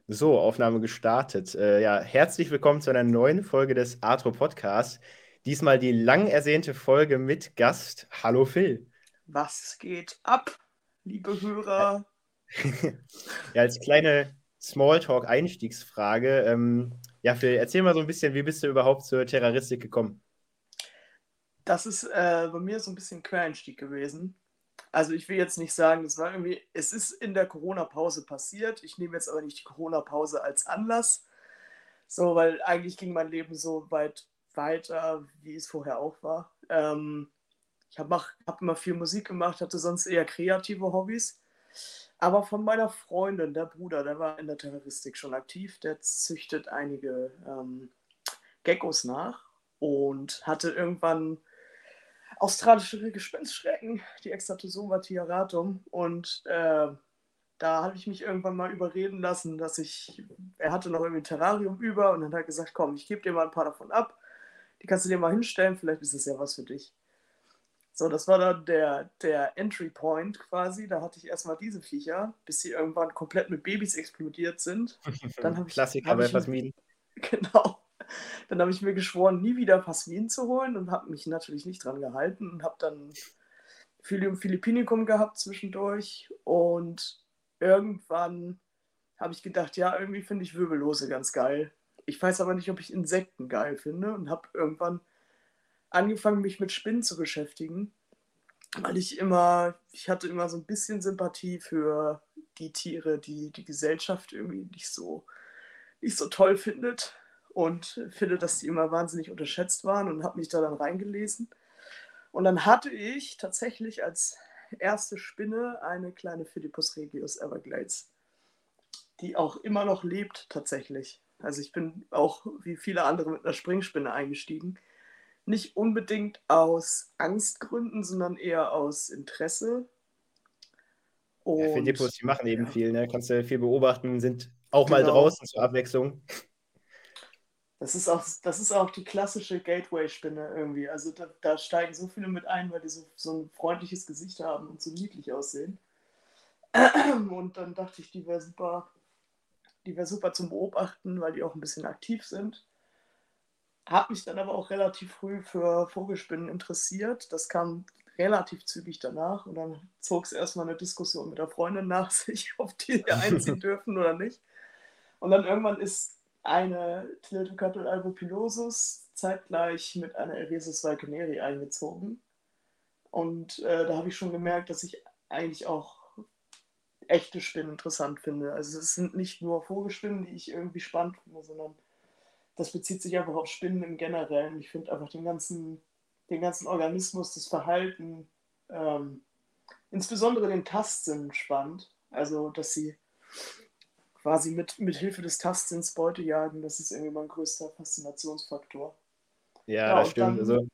So, Aufnahme gestartet. Ja, herzlich willkommen zu einer neuen Folge des Atro Podcasts. Diesmal die lang ersehnte Folge mit Gast. Hallo Phil. Was geht ab, liebe Hörer? Ja, als kleine Smalltalk-Einstiegsfrage. Ja, Phil, erzähl mal so ein bisschen, wie bist du überhaupt zur Terroristik gekommen? Das ist bei mir so ein bisschen Quereinstieg gewesen. Also ich will jetzt nicht sagen, es ist in der Corona-Pause passiert. Ich nehme jetzt aber nicht die Corona-Pause als Anlass, so, weil eigentlich ging mein Leben so weit weiter, wie es vorher auch war. Ich hab immer viel Musik gemacht, hatte sonst eher kreative Hobbys. Aber von meiner Freundin, der Bruder, der war in der Terroristik schon aktiv, der züchtet einige Geckos nach und hatte irgendwann australische Gespenstschrecken, die Exatosoma tiaratum. Und da habe ich mich irgendwann mal überreden lassen, er hatte noch irgendwie ein Terrarium über und dann hat er gesagt, komm, ich gebe dir mal ein paar davon ab, die kannst du dir mal hinstellen, vielleicht ist es ja was für dich. So, das war dann der Entry Point quasi. Da hatte ich erstmal diese Viecher, bis sie irgendwann komplett mit Babys explodiert sind. Dann Klassiker hab bei ich, Fasmin. genau, dann habe ich mir geschworen, nie wieder Pasmin zu holen und habe mich natürlich nicht dran gehalten und habe dann Philium Philippinicum gehabt zwischendurch und irgendwann habe ich gedacht, ja, irgendwie finde ich Wirbellose ganz geil. Ich weiß aber nicht, ob ich Insekten geil finde und habe irgendwann angefangen, mich mit Spinnen zu beschäftigen, weil ich hatte immer so ein bisschen Sympathie für die Tiere, die die Gesellschaft irgendwie nicht so toll findet und finde, dass die immer wahnsinnig unterschätzt waren und habe mich da dann reingelesen. Und dann hatte ich tatsächlich als erste Spinne eine kleine Philippus regius Everglades, die auch immer noch lebt tatsächlich. Also ich bin auch wie viele andere mit einer Springspinne eingestiegen. Nicht unbedingt aus Angstgründen, sondern eher aus Interesse. Ja, für Depots, Und die machen eben ja, viel, ne? Kannst du viel beobachten, sind auch mal genau. draußen zur Abwechslung. Das ist auch die klassische Gateway-Spinne irgendwie. Also da steigen so viele mit ein, weil die so ein freundliches Gesicht haben und so niedlich aussehen. Und dann dachte ich, die wäre super zum Beobachten, weil die auch ein bisschen aktiv sind. Habe mich dann aber auch relativ früh für Vogelspinnen interessiert. Das kam relativ zügig danach und dann zog es erstmal eine Diskussion mit der Freundin nach sich, ob die hier einziehen dürfen oder nicht. Und dann irgendwann ist eine Trilitocattul albopilosus zeitgleich mit einer Eresus valkeneri eingezogen. Und da habe ich schon gemerkt, dass ich eigentlich auch echte Spinnen interessant finde. Also es sind nicht nur Vogelspinnen, die ich irgendwie spannend finde, sondern das bezieht sich einfach auf Spinnen im Generellen. Ich finde einfach den ganzen Organismus, das Verhalten, ähm, insbesondere den Tastsinn spannend. Also, dass sie quasi mit Hilfe des Tastsinns Beute jagen, das ist irgendwie mein größter Faszinationsfaktor. Ja, Ja, das und stimmt. dann Also,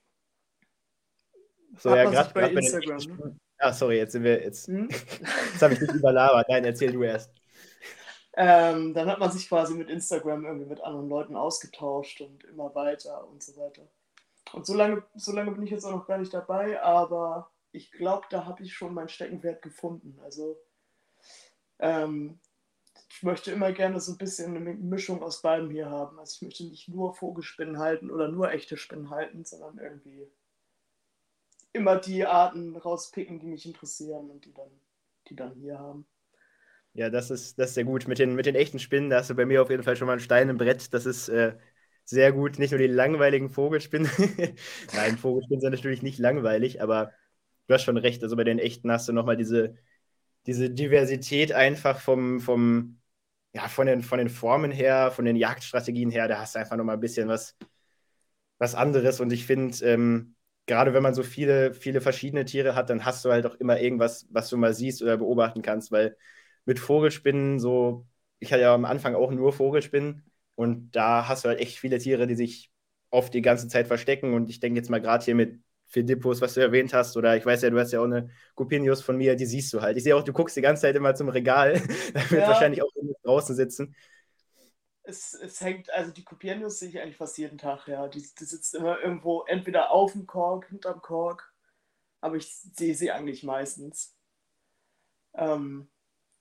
so hat ja, man sich gerade bei bei den echten Instagram, ne? Spinnen. Ah, sorry, jetzt sind wir jetzt. Hm? Jetzt habe ich dich überlabert. Nein, erzähl du erst. Dann hat man sich quasi mit Instagram irgendwie mit anderen Leuten ausgetauscht und immer weiter und so weiter. Und so lange bin ich jetzt auch noch gar nicht dabei, aber ich glaube, da habe ich schon mein Steckenpferd gefunden. Also ähm, ich möchte immer gerne so ein bisschen eine Mischung aus beidem hier haben. Also ich möchte nicht nur Vogelspinnen halten oder nur echte Spinnen halten, sondern irgendwie immer die Arten rauspicken, die mich interessieren und die dann hier haben. Ja, das ist sehr gut. Mit den echten Spinnen, da hast du bei mir auf jeden Fall schon mal ein Stein im Brett. Das ist sehr gut. Nicht nur die langweiligen Vogelspinnen. Nein, Vogelspinnen sind natürlich nicht langweilig, aber du hast schon recht. Also bei den echten hast du nochmal diese Diversität einfach ja, von den Formen her, von den Jagdstrategien her, da hast du einfach nochmal ein bisschen was anderes. Und ich finde, gerade wenn man so viele, viele verschiedene Tiere hat, dann hast du halt auch immer irgendwas, was du mal siehst oder beobachten kannst, weil mit Vogelspinnen so, ich hatte ja am Anfang auch nur Vogelspinnen und da hast du halt echt viele Tiere, die sich oft die ganze Zeit verstecken und ich denke jetzt mal gerade hier mit Philippus, was du erwähnt hast, oder ich weiß ja, du hast ja auch eine Cupinius von mir, die siehst du halt. Ich sehe auch, du guckst die ganze Zeit immer zum Regal, da wird Ja, wahrscheinlich auch irgendwas draußen sitzen. es hängt, also die Kopiernus sehe ich eigentlich fast jeden Tag, ja. Die sitzt immer irgendwo entweder auf dem Kork, hinterm Kork, aber ich sehe sie eigentlich meistens. Ähm,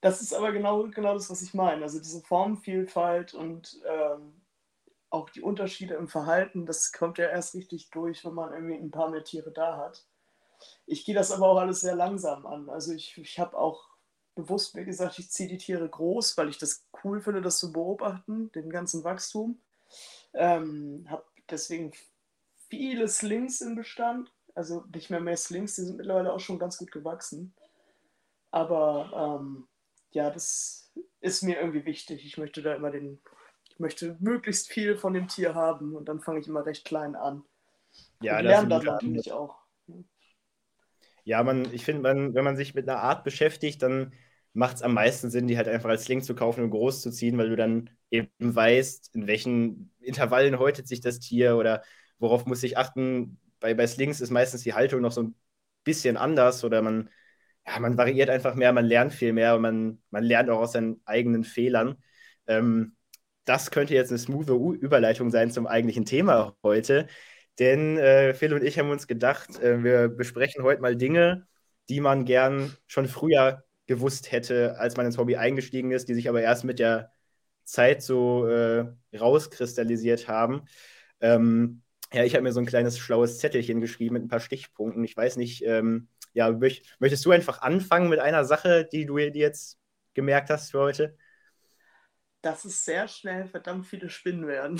Das ist aber genau das, was ich meine. Also diese Formenvielfalt und auch die Unterschiede im Verhalten, das kommt ja erst richtig durch, wenn man irgendwie ein paar mehr Tiere da hat. Ich gehe das aber auch alles sehr langsam an. Also ich habe auch bewusst mir gesagt, ich ziehe die Tiere groß, weil ich das cool finde, das zu beobachten, den ganzen Wachstum. Habe deswegen viele Slings im Bestand. Also nicht mehr Slings, die sind mittlerweile auch schon ganz gut gewachsen. Aber ja, das ist mir irgendwie wichtig. Ich möchte möglichst viel von dem Tier haben und dann fange ich immer recht klein an. Ja, Und das ist lerne ein dann guter Ansatz. natürlich auch. Ja, ich finde, wenn man sich mit einer Art beschäftigt, dann macht es am meisten Sinn, die halt einfach als Link zu kaufen und groß zu ziehen, weil du dann eben weißt, in welchen Intervallen häutet sich das Tier oder worauf muss ich achten. Bei Slings ist meistens die Haltung noch so ein bisschen anders oder man variiert einfach mehr, man lernt viel mehr und man lernt auch aus seinen eigenen Fehlern. Ähm, Das könnte jetzt eine smoothe Überleitung sein zum eigentlichen Thema heute. Denn Phil und ich haben uns gedacht, wir besprechen heute mal Dinge, die man gern schon früher gewusst hätte, als man ins Hobby eingestiegen ist, die sich aber erst mit der Zeit so rauskristallisiert haben. Ja, ich habe mir so ein kleines schlaues Zettelchen geschrieben mit ein paar Stichpunkten. Ich weiß nicht, ja, möchtest du einfach anfangen mit einer Sache, die du dir jetzt gemerkt hast für heute? Dass es sehr schnell verdammt viele Spinnen werden.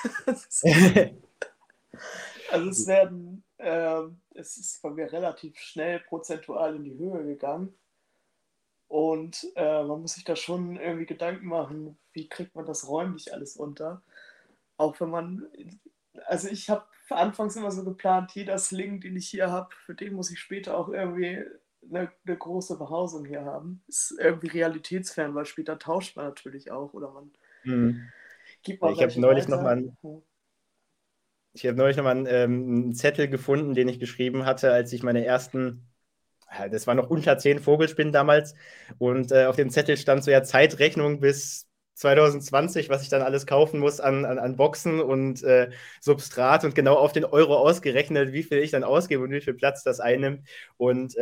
Also es ist bei mir relativ schnell prozentual in die Höhe gegangen. Und man muss sich da schon irgendwie Gedanken machen, wie kriegt man das räumlich alles unter. Auch wenn man, also ich habe anfangs immer so geplant, jeder Sling, den ich hier habe, für den muss ich später auch irgendwie eine große Behausung hier haben. Ist irgendwie realitätsfern, weil später tauscht man natürlich auch oder man Hm. gibt Ja, mal welche weiter. ich habe neulich noch mal einen Zettel gefunden, den ich geschrieben hatte, als ich meine ersten, ja, das war noch unter 10 Vogelspinnen damals. Und auf dem Zettel stand so ja Zeitrechnung bis 2020, was ich dann alles kaufen muss an Boxen und Substrat und genau auf den Euro ausgerechnet, wie viel ich dann ausgebe und wie viel Platz das einnimmt. Und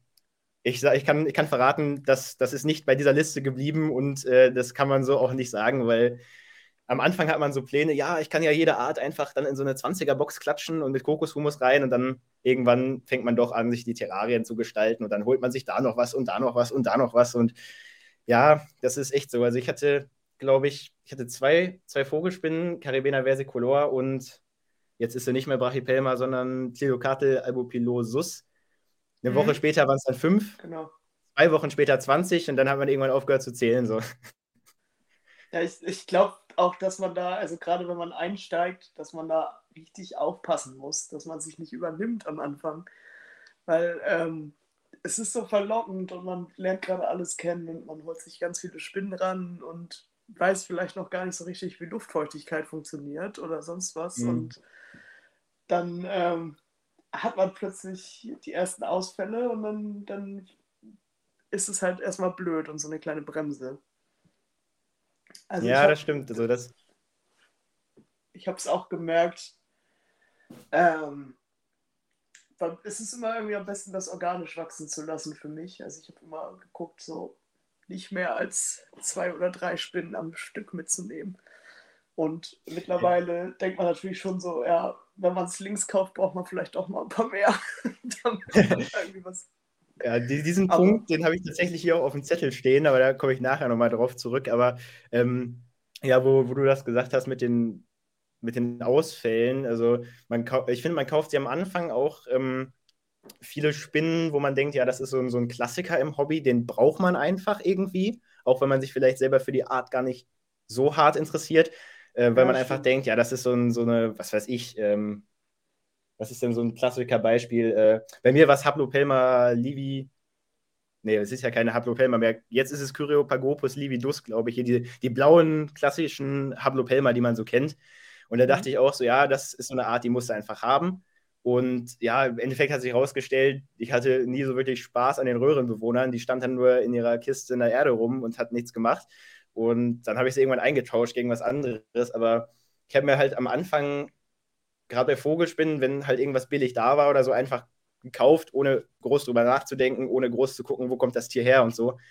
ich kann verraten, dass das ist nicht bei dieser Liste geblieben und das kann man so auch nicht sagen, weil am Anfang hat man so Pläne, ja, ich kann ja jede Art einfach dann in so eine 20er-Box klatschen und mit Kokoshumus rein und dann irgendwann fängt man doch an, sich die Terrarien zu gestalten und dann holt man sich da noch was und da noch was und da noch was und ja, das ist echt so. Also ich hatte, glaube ich hatte zwei Vogelspinnen, Caribena versicolor und jetzt ist sie nicht mehr Brachypelma, sondern Clidocatel albopilosus. Eine Woche Mhm, später waren es dann 5, genau. 2 Wochen später 20 und dann hat man irgendwann aufgehört zu zählen. So. Ja, ich glaube auch, dass man da, also gerade wenn man einsteigt, dass man da richtig aufpassen muss, dass man sich nicht übernimmt am Anfang. Weil es ist so verlockend und man lernt gerade alles kennen und man holt sich ganz viele Spinnen ran und weiß vielleicht noch gar nicht so richtig, wie Luftfeuchtigkeit funktioniert oder sonst was. Mhm. Und dann hat man plötzlich die ersten Ausfälle und dann ist es halt erstmal blöd und so eine kleine Bremse. Also Ja, das stimmt. Also das, ich habe es auch gemerkt, ähm, es ist immer irgendwie am besten, das organisch wachsen zu lassen für mich. Also ich habe immer geguckt, so nicht mehr als 2 oder 3 Spinnen am Stück mitzunehmen. Und mittlerweile denkt man natürlich schon so, ja, wenn man es links kauft, braucht man vielleicht auch mal ein paar mehr, damit man irgendwie was. ja, diesen Aber Punkt, den habe ich tatsächlich hier auch auf dem Zettel stehen, aber da komme ich nachher nochmal drauf zurück. Aber ähm, ja, wo du das gesagt hast mit den Ausfällen, also ich finde, man kauft sie am Anfang auch viele Spinnen, wo man denkt, ja, das ist so ein Klassiker im Hobby, den braucht man einfach irgendwie, auch wenn man sich vielleicht selber für die Art gar nicht so hart interessiert, weil ja, man einfach stimmt. denkt, ja, das ist so eine, was weiß ich, was ist denn so ein Klassikerbeispiel? Bei mir war es Haplopelma livi. Nee, es ist ja keine Haplopelma mehr. Jetzt ist es Kyriopagopus lividus, glaube ich. Hier die blauen klassischen Haplopelma, die man so kennt. Und da Mhm. dachte ich auch so, ja, das ist so eine Art, die musst du einfach haben. Und ja, im Endeffekt hat sich herausgestellt, ich hatte nie so wirklich Spaß an den Röhrenbewohnern. Die stand dann nur in ihrer Kiste in der Erde rum und hat nichts gemacht. Und dann habe ich sie irgendwann eingetauscht gegen was anderes. Aber ich habe mir halt am Anfang gerade bei Vogelspinnen, wenn halt irgendwas billig da war oder so, einfach gekauft, ohne groß drüber nachzudenken, ohne groß zu gucken, wo kommt das Tier her und so.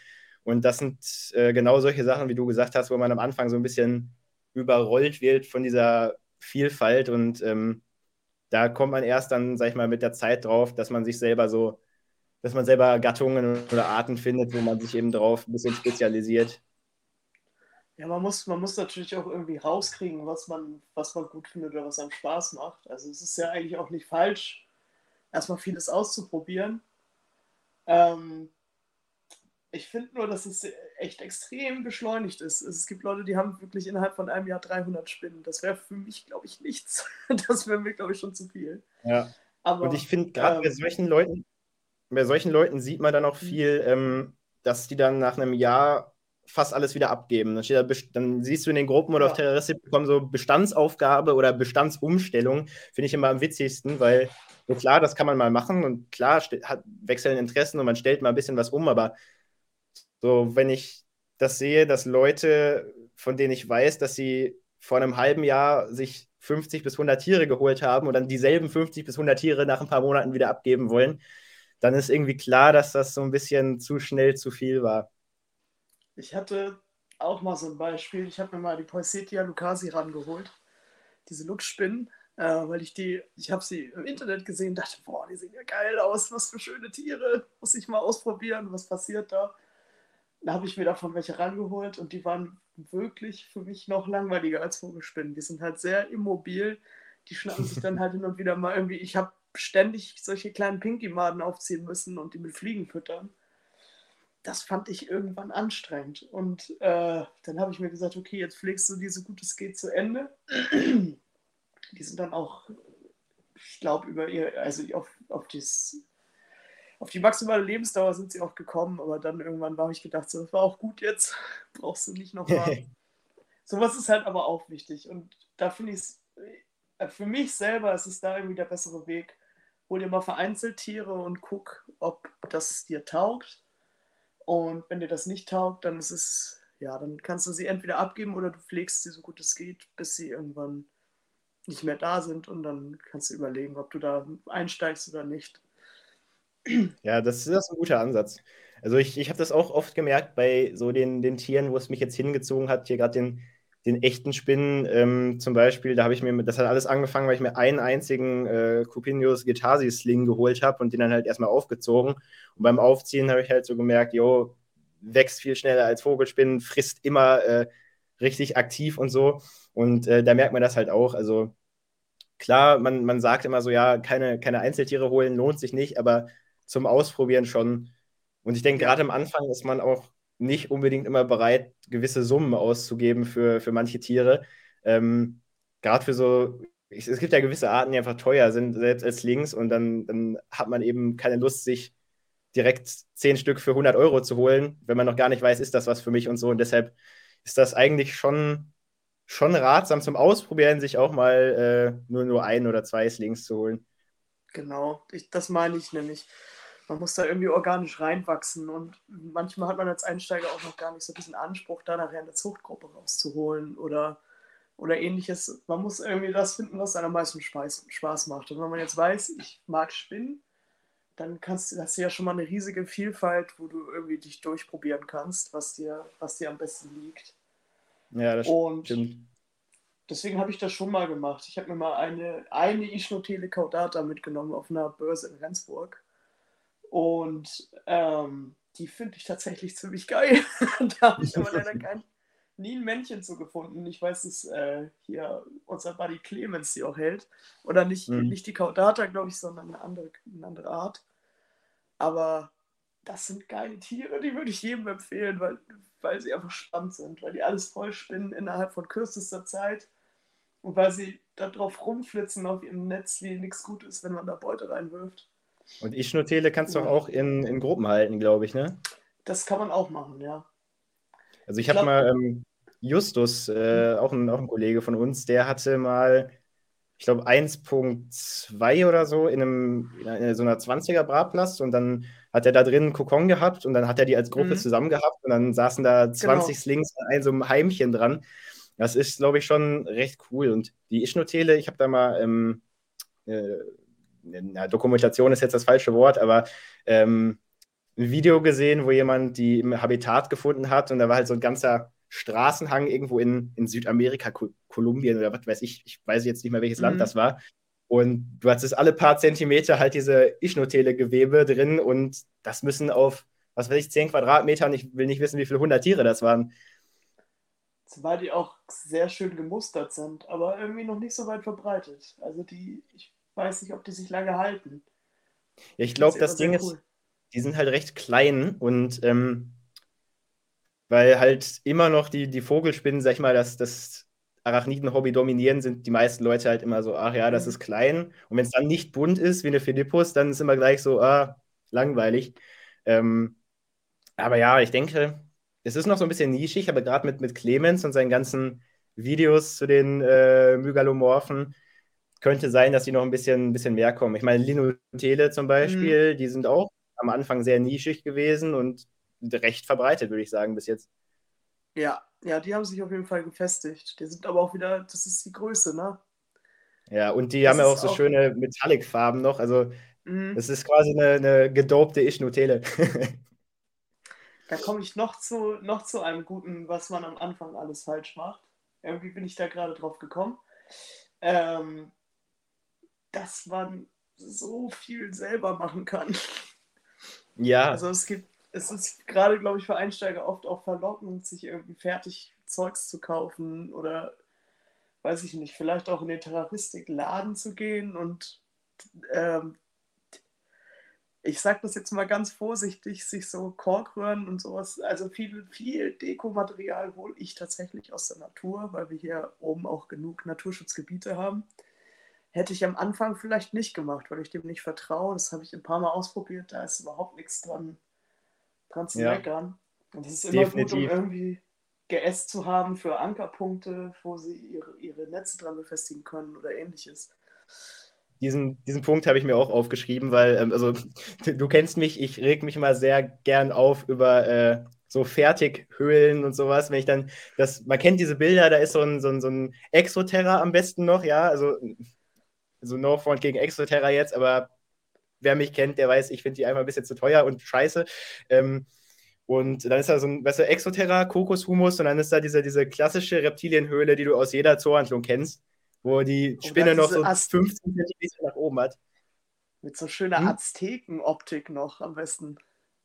Und das sind genau solche Sachen, wie du gesagt hast, wo man am Anfang so ein bisschen überrollt wird von dieser Vielfalt. Und da kommt man erst dann, sag ich mal, mit der Zeit drauf, dass man sich selber so, dass man selber Gattungen oder Arten findet, wo man sich eben drauf ein bisschen spezialisiert. Ja, man muss natürlich auch irgendwie rauskriegen, was man gut findet oder was einem Spaß macht. Also es ist ja eigentlich auch nicht falsch, erstmal vieles auszuprobieren. Ähm, Ich finde nur, dass es echt extrem beschleunigt ist. Es gibt Leute, die haben wirklich innerhalb von einem Jahr 300 Spinnen. Das wäre für mich, glaube ich, nichts. Das wäre mir, glaube ich, schon zu viel. Ja. Und ich Aber finde, gerade bei solchen Leuten sieht man dann auch hm, viel, dass die dann nach einem Jahr fast alles wieder abgeben. Dann siehst du in den Gruppen oder auf ja, Terraristik bekommen so Bestandsaufgabe oder Bestandsumstellung, finde ich immer am witzigsten, weil so klar, das kann man mal machen und klar wechseln Interessen und man stellt mal ein bisschen was um, aber so, wenn ich das sehe, dass Leute, von denen ich weiß, dass sie vor einem halben Jahr sich 50 bis 100 Tiere geholt haben und dann dieselben 50 bis 100 Tiere nach ein paar Monaten wieder abgeben wollen, dann ist irgendwie klar, dass das so ein bisschen zu schnell zu viel war. ich hatte auch mal so ein Beispiel. Ich habe mir mal die Poinsettia lucasi rangeholt, diese Luchsspinnen, weil ich habe sie im Internet gesehen, dachte, boah, die sehen ja geil aus, was für schöne Tiere, muss ich mal ausprobieren, was passiert da? Da habe ich mir davon welche rangeholt und die waren wirklich für mich noch langweiliger als Vogelspinnen. Die sind halt sehr immobil, die schnappen sich dann halt hin und wieder mal irgendwie. Ich habe ständig solche kleinen Pinky-Maden aufziehen müssen und die mit Fliegen füttern. Das fand ich irgendwann anstrengend. Und dann habe ich mir gesagt, okay, jetzt pflegst du die so gut es geht zu Ende. Die sind dann auch, ich glaube, also auf die maximale Lebensdauer sind sie auch gekommen, aber dann irgendwann habe ich gedacht, so, das war auch gut jetzt, brauchst du nicht nochmal. Sowas ist halt aber auch wichtig und da finde ich es, für mich selber ist es da irgendwie der bessere Weg. Hol dir mal vereinzelt Tiere und guck, ob das dir taugt. Und wenn dir das nicht taugt, dann ist es, ja, dann kannst du sie entweder abgeben oder du pflegst sie so gut es geht, bis sie irgendwann nicht mehr da sind und dann kannst du überlegen, ob du da einsteigst oder nicht. Ja, das ist ein guter Ansatz. Also ich habe das auch oft gemerkt bei so den Tieren, wo es mich jetzt hingezogen hat, hier gerade den echten Spinnen zum Beispiel, da habe ich mir, das hat alles angefangen, weil ich mir einen einzigen Cupinius Guettasi-Sling geholt habe und den dann halt erstmal aufgezogen. Und beim Aufziehen habe ich halt so gemerkt, jo, wächst viel schneller als Vogelspinnen, frisst immer richtig aktiv und so. Und da merkt man das halt auch. Also klar, man sagt immer so, ja, keine Einzeltiere holen lohnt sich nicht, aber zum Ausprobieren schon. Und ich denke, gerade Ja, am Anfang ist man auch nicht unbedingt immer bereit, gewisse Summen auszugeben für manche Tiere. Gerade für so, es gibt ja gewisse Arten, die einfach teuer sind, selbst als Links, und dann hat man eben keine Lust, sich direkt 10 Stück für 100 € zu holen, wenn man noch gar nicht weiß, ist das was für mich und so. Und deshalb ist das eigentlich schon ratsam zum Ausprobieren, sich auch mal nur ein oder zwei Slings zu holen. genau. Das meine ich nämlich. Man muss da irgendwie organisch reinwachsen und manchmal hat man als Einsteiger auch noch gar nicht so diesen Anspruch, da nachher eine Zuchtgruppe rauszuholen oder ähnliches. Man muss irgendwie das finden, was einem am meisten Spaß macht. Und wenn man jetzt weiß, ich mag Spinnen, dann hast du ja schon mal eine riesige Vielfalt, wo du irgendwie dich durchprobieren kannst, was dir am besten liegt. Ja, das Und stimmt. deswegen habe ich das schon mal gemacht. Ich habe mir mal eine Ischnotele caudata mitgenommen auf einer Börse in Rendsburg. Und die finde ich tatsächlich ziemlich geil. Da habe ich aber leider nie ein Männchen zu gefunden. Ich weiß, dass hier unser Buddy Clemens die auch hält. Oder Mhm. nicht die Caudata, glaube ich, sondern eine andere Art. Aber das sind geile Tiere, die würde ich jedem empfehlen, weil sie einfach spannend sind, weil die alles voll spinnen innerhalb von kürzester Zeit und weil sie da drauf rumflitzen auf ihrem Netz, wie nichts gut ist, wenn man da Beute reinwirft. Und Ischnotele kannst du Ja, auch in Gruppen halten, glaube ich, ne? das kann man auch machen, ja. Also ich Ich habe glaube, mal Justus, auch ein Kollege von uns, der hatte mal, ich glaube, 1,2 oder so in so einer 20er Bratplast, und dann hat er da drin einen Kokon gehabt und dann hat er die als Gruppe zusammen gehabt und dann saßen da 20 genau. Slings an einem so einem Heimchen dran. Das ist, glaube ich, schon recht cool. Und die Ischnotele, ich habe da mal Dokumentation ist jetzt das falsche Wort, aber ähm, ein Video gesehen, wo jemand die im Habitat gefunden hat und da war halt so ein ganzer Straßenhang irgendwo in Südamerika, Kolumbien oder was weiß ich. Ich weiß jetzt nicht mehr, welches Land Mhm. das war. Und du hattest alle paar Zentimeter halt diese Ischnotele-Gewebe drin und das müssen auf, was weiß ich, 10 Quadratmetern, ich will nicht wissen, wie viele 100 Tiere das waren. Zumal die auch sehr schön gemustert sind, aber irgendwie noch nicht so weit verbreitet. Also ich weiß nicht, ob die sich lange halten. Ja, ich Ich finde glaube, sie aber das Ding sehr ist, cool. die sind halt recht klein und weil halt immer noch die Vogelspinnen, sag ich mal, das Arachniden-Hobby dominieren, sind die meisten Leute halt immer so, ach ja, das ist Mhm. klein. Und wenn es dann nicht bunt ist, wie eine Philippus, dann ist immer gleich so, ah, langweilig. Ähm, aber ja, ich denke, es ist noch so ein bisschen nischig, aber gerade mit Clemens und seinen ganzen Videos zu den Mygalomorphen könnte sein, dass die noch ein bisschen mehr kommen. Ich meine, Linotele zum Mhm. Beispiel, die sind auch am Anfang sehr nischig gewesen und recht verbreitet, würde ich sagen, bis jetzt. Ja, ja, die haben sich auf jeden Fall gefestigt. Die sind aber auch wieder, das ist die Größe, ne? Ja, und die haben Das ja ist auch so auch, schöne Metallic-Farben noch. Also, mhm. das ist quasi eine gedopte Ischnutele. Da komme ich noch zu einem guten, was man am Anfang alles falsch macht. Irgendwie bin ich da gerade drauf gekommen. Ähm, dass man so viel selber machen kann. Ja, Also es ist gerade, glaube ich, für Einsteiger oft auch verlockend, sich irgendwie fertig Zeugs zu kaufen oder weiß ich nicht, vielleicht auch in den Terroristikladen zu gehen und ähm, ich sage das jetzt mal ganz vorsichtig, sich so Korkröhren und sowas, also viel Dekomaterial hole ich tatsächlich aus der Natur, weil wir hier oben auch genug Naturschutzgebiete haben. Hätte ich am Anfang vielleicht nicht gemacht, weil ich dem nicht vertraue. Das habe ich ein paar Mal ausprobiert, da ist überhaupt nichts dran zu ja, meckern. Und es ist immer gut, um definitiv. irgendwie Geäst zu haben für Ankerpunkte, wo sie ihre Netze dran befestigen können oder ähnliches. Diesen Punkt habe ich mir auch aufgeschrieben, weil, also, du kennst mich, ich reg mich immer sehr gern auf über so Fertighöhlen und sowas. Wenn ich dann, man kennt diese Bilder, da ist so ein Exoterra am besten noch, ja, also no front gegen Exoterra jetzt, aber wer mich kennt, der weiß, ich finde die einfach ein bisschen zu teuer und scheiße. Ähm, und dann ist da so ein, weißt du, Exoterra, Kokoshumus und dann ist da diese klassische Reptilienhöhle, die du aus jeder Zoohandlung kennst, wo die Oder Spinne noch diese so Ast 15 Zentimeter nach oben hat. mit so schöner Hm? Azteken-Optik noch am besten.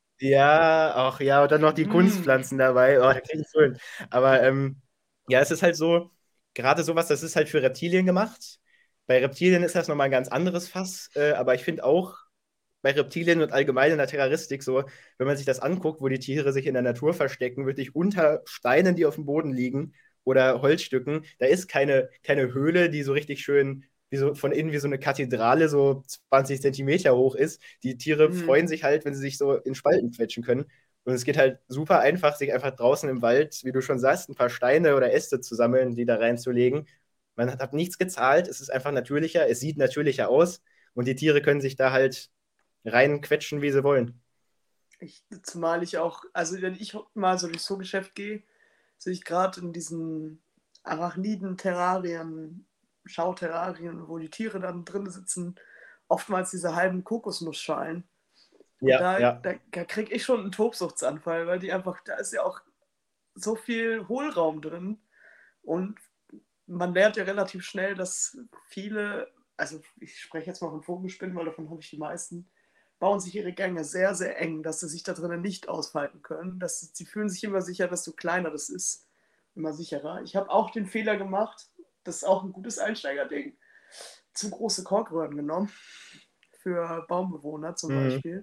Ja, auch ja, und dann noch die Mm. Kunstpflanzen dabei. Oh, da krieg ich schön. Aber ja, es ist halt so, gerade sowas, das ist halt für Reptilien gemacht. Bei Reptilien ist das nochmal ein ganz anderes Fass, aber ich finde auch, bei Reptilien und allgemein in der Terroristik so, wenn man sich das anguckt, wo die Tiere sich in der Natur verstecken, wirklich unter Steinen, die auf dem Boden liegen oder Holzstücken, da ist keine Höhle, die so richtig schön wie so von innen wie so eine Kathedrale so 20 Zentimeter hoch ist. Die Tiere Mm. freuen sich halt, wenn sie sich so in Spalten quetschen können. Und es geht halt super einfach, sich einfach draußen im Wald, wie du schon sagst, ein paar Steine oder Äste zu sammeln, die da reinzulegen. Man hat nichts gezahlt, es ist einfach natürlicher, es sieht natürlicher aus und die Tiere können sich da halt reinquetschen, wie sie wollen. Zumal ich auch, also wenn ich mal so durchs Zoogeschäft gehe, sehe ich gerade in diesen Arachniden-Terrarien, Schauterrarien, wo die Tiere dann drin sitzen, oftmals diese halben Kokosnussschalen. Und Ja, ja. da kriege ich schon einen Tobsuchtsanfall, weil die einfach, da ist ja auch so viel Hohlraum drin. Und man lernt ja relativ schnell, dass viele, also ich spreche jetzt mal von Vogelspinnen, weil davon habe ich die meisten, bauen sich ihre Gänge sehr, sehr eng, dass sie sich da drinnen nicht ausfalten können. Sie fühlen sich immer sicher, desto kleiner das ist, immer sicherer. Ich habe auch den Fehler gemacht, das ist auch ein gutes Einsteigerding, zu große Korkröhren genommen, für Baumbewohner zum Mhm. Beispiel.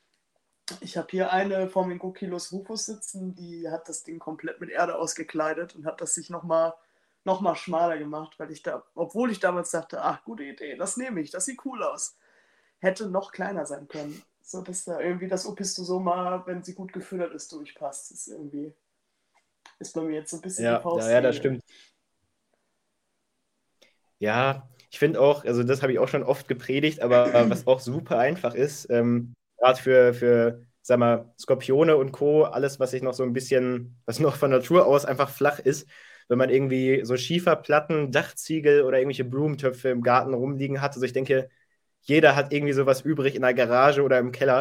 Ich habe hier eine Formicochilus rufus sitzen, die hat das Ding komplett mit Erde ausgekleidet und hat das sich noch mal schmaler gemacht, weil ich da, obwohl ich damals dachte, ach, gute Idee, das nehme ich, das sieht cool aus, hätte noch kleiner sein können, so dass da irgendwie das Opistosoma, wenn sie gut gefüttert ist, durchpasst. Das ist irgendwie, ist bei mir jetzt so ein bisschen die Ja, das Faustregel. stimmt. Ja, ich finde auch, also das habe ich auch schon oft gepredigt, aber was auch super einfach ist, gerade sag mal, Skorpione und Co., alles, was sich noch so ein bisschen, was noch von Natur aus einfach flach ist, wenn man irgendwie so Schieferplatten, Dachziegel oder irgendwelche Blumentöpfe im Garten rumliegen hat. Also ich denke, jeder hat irgendwie sowas übrig in der Garage oder im Keller.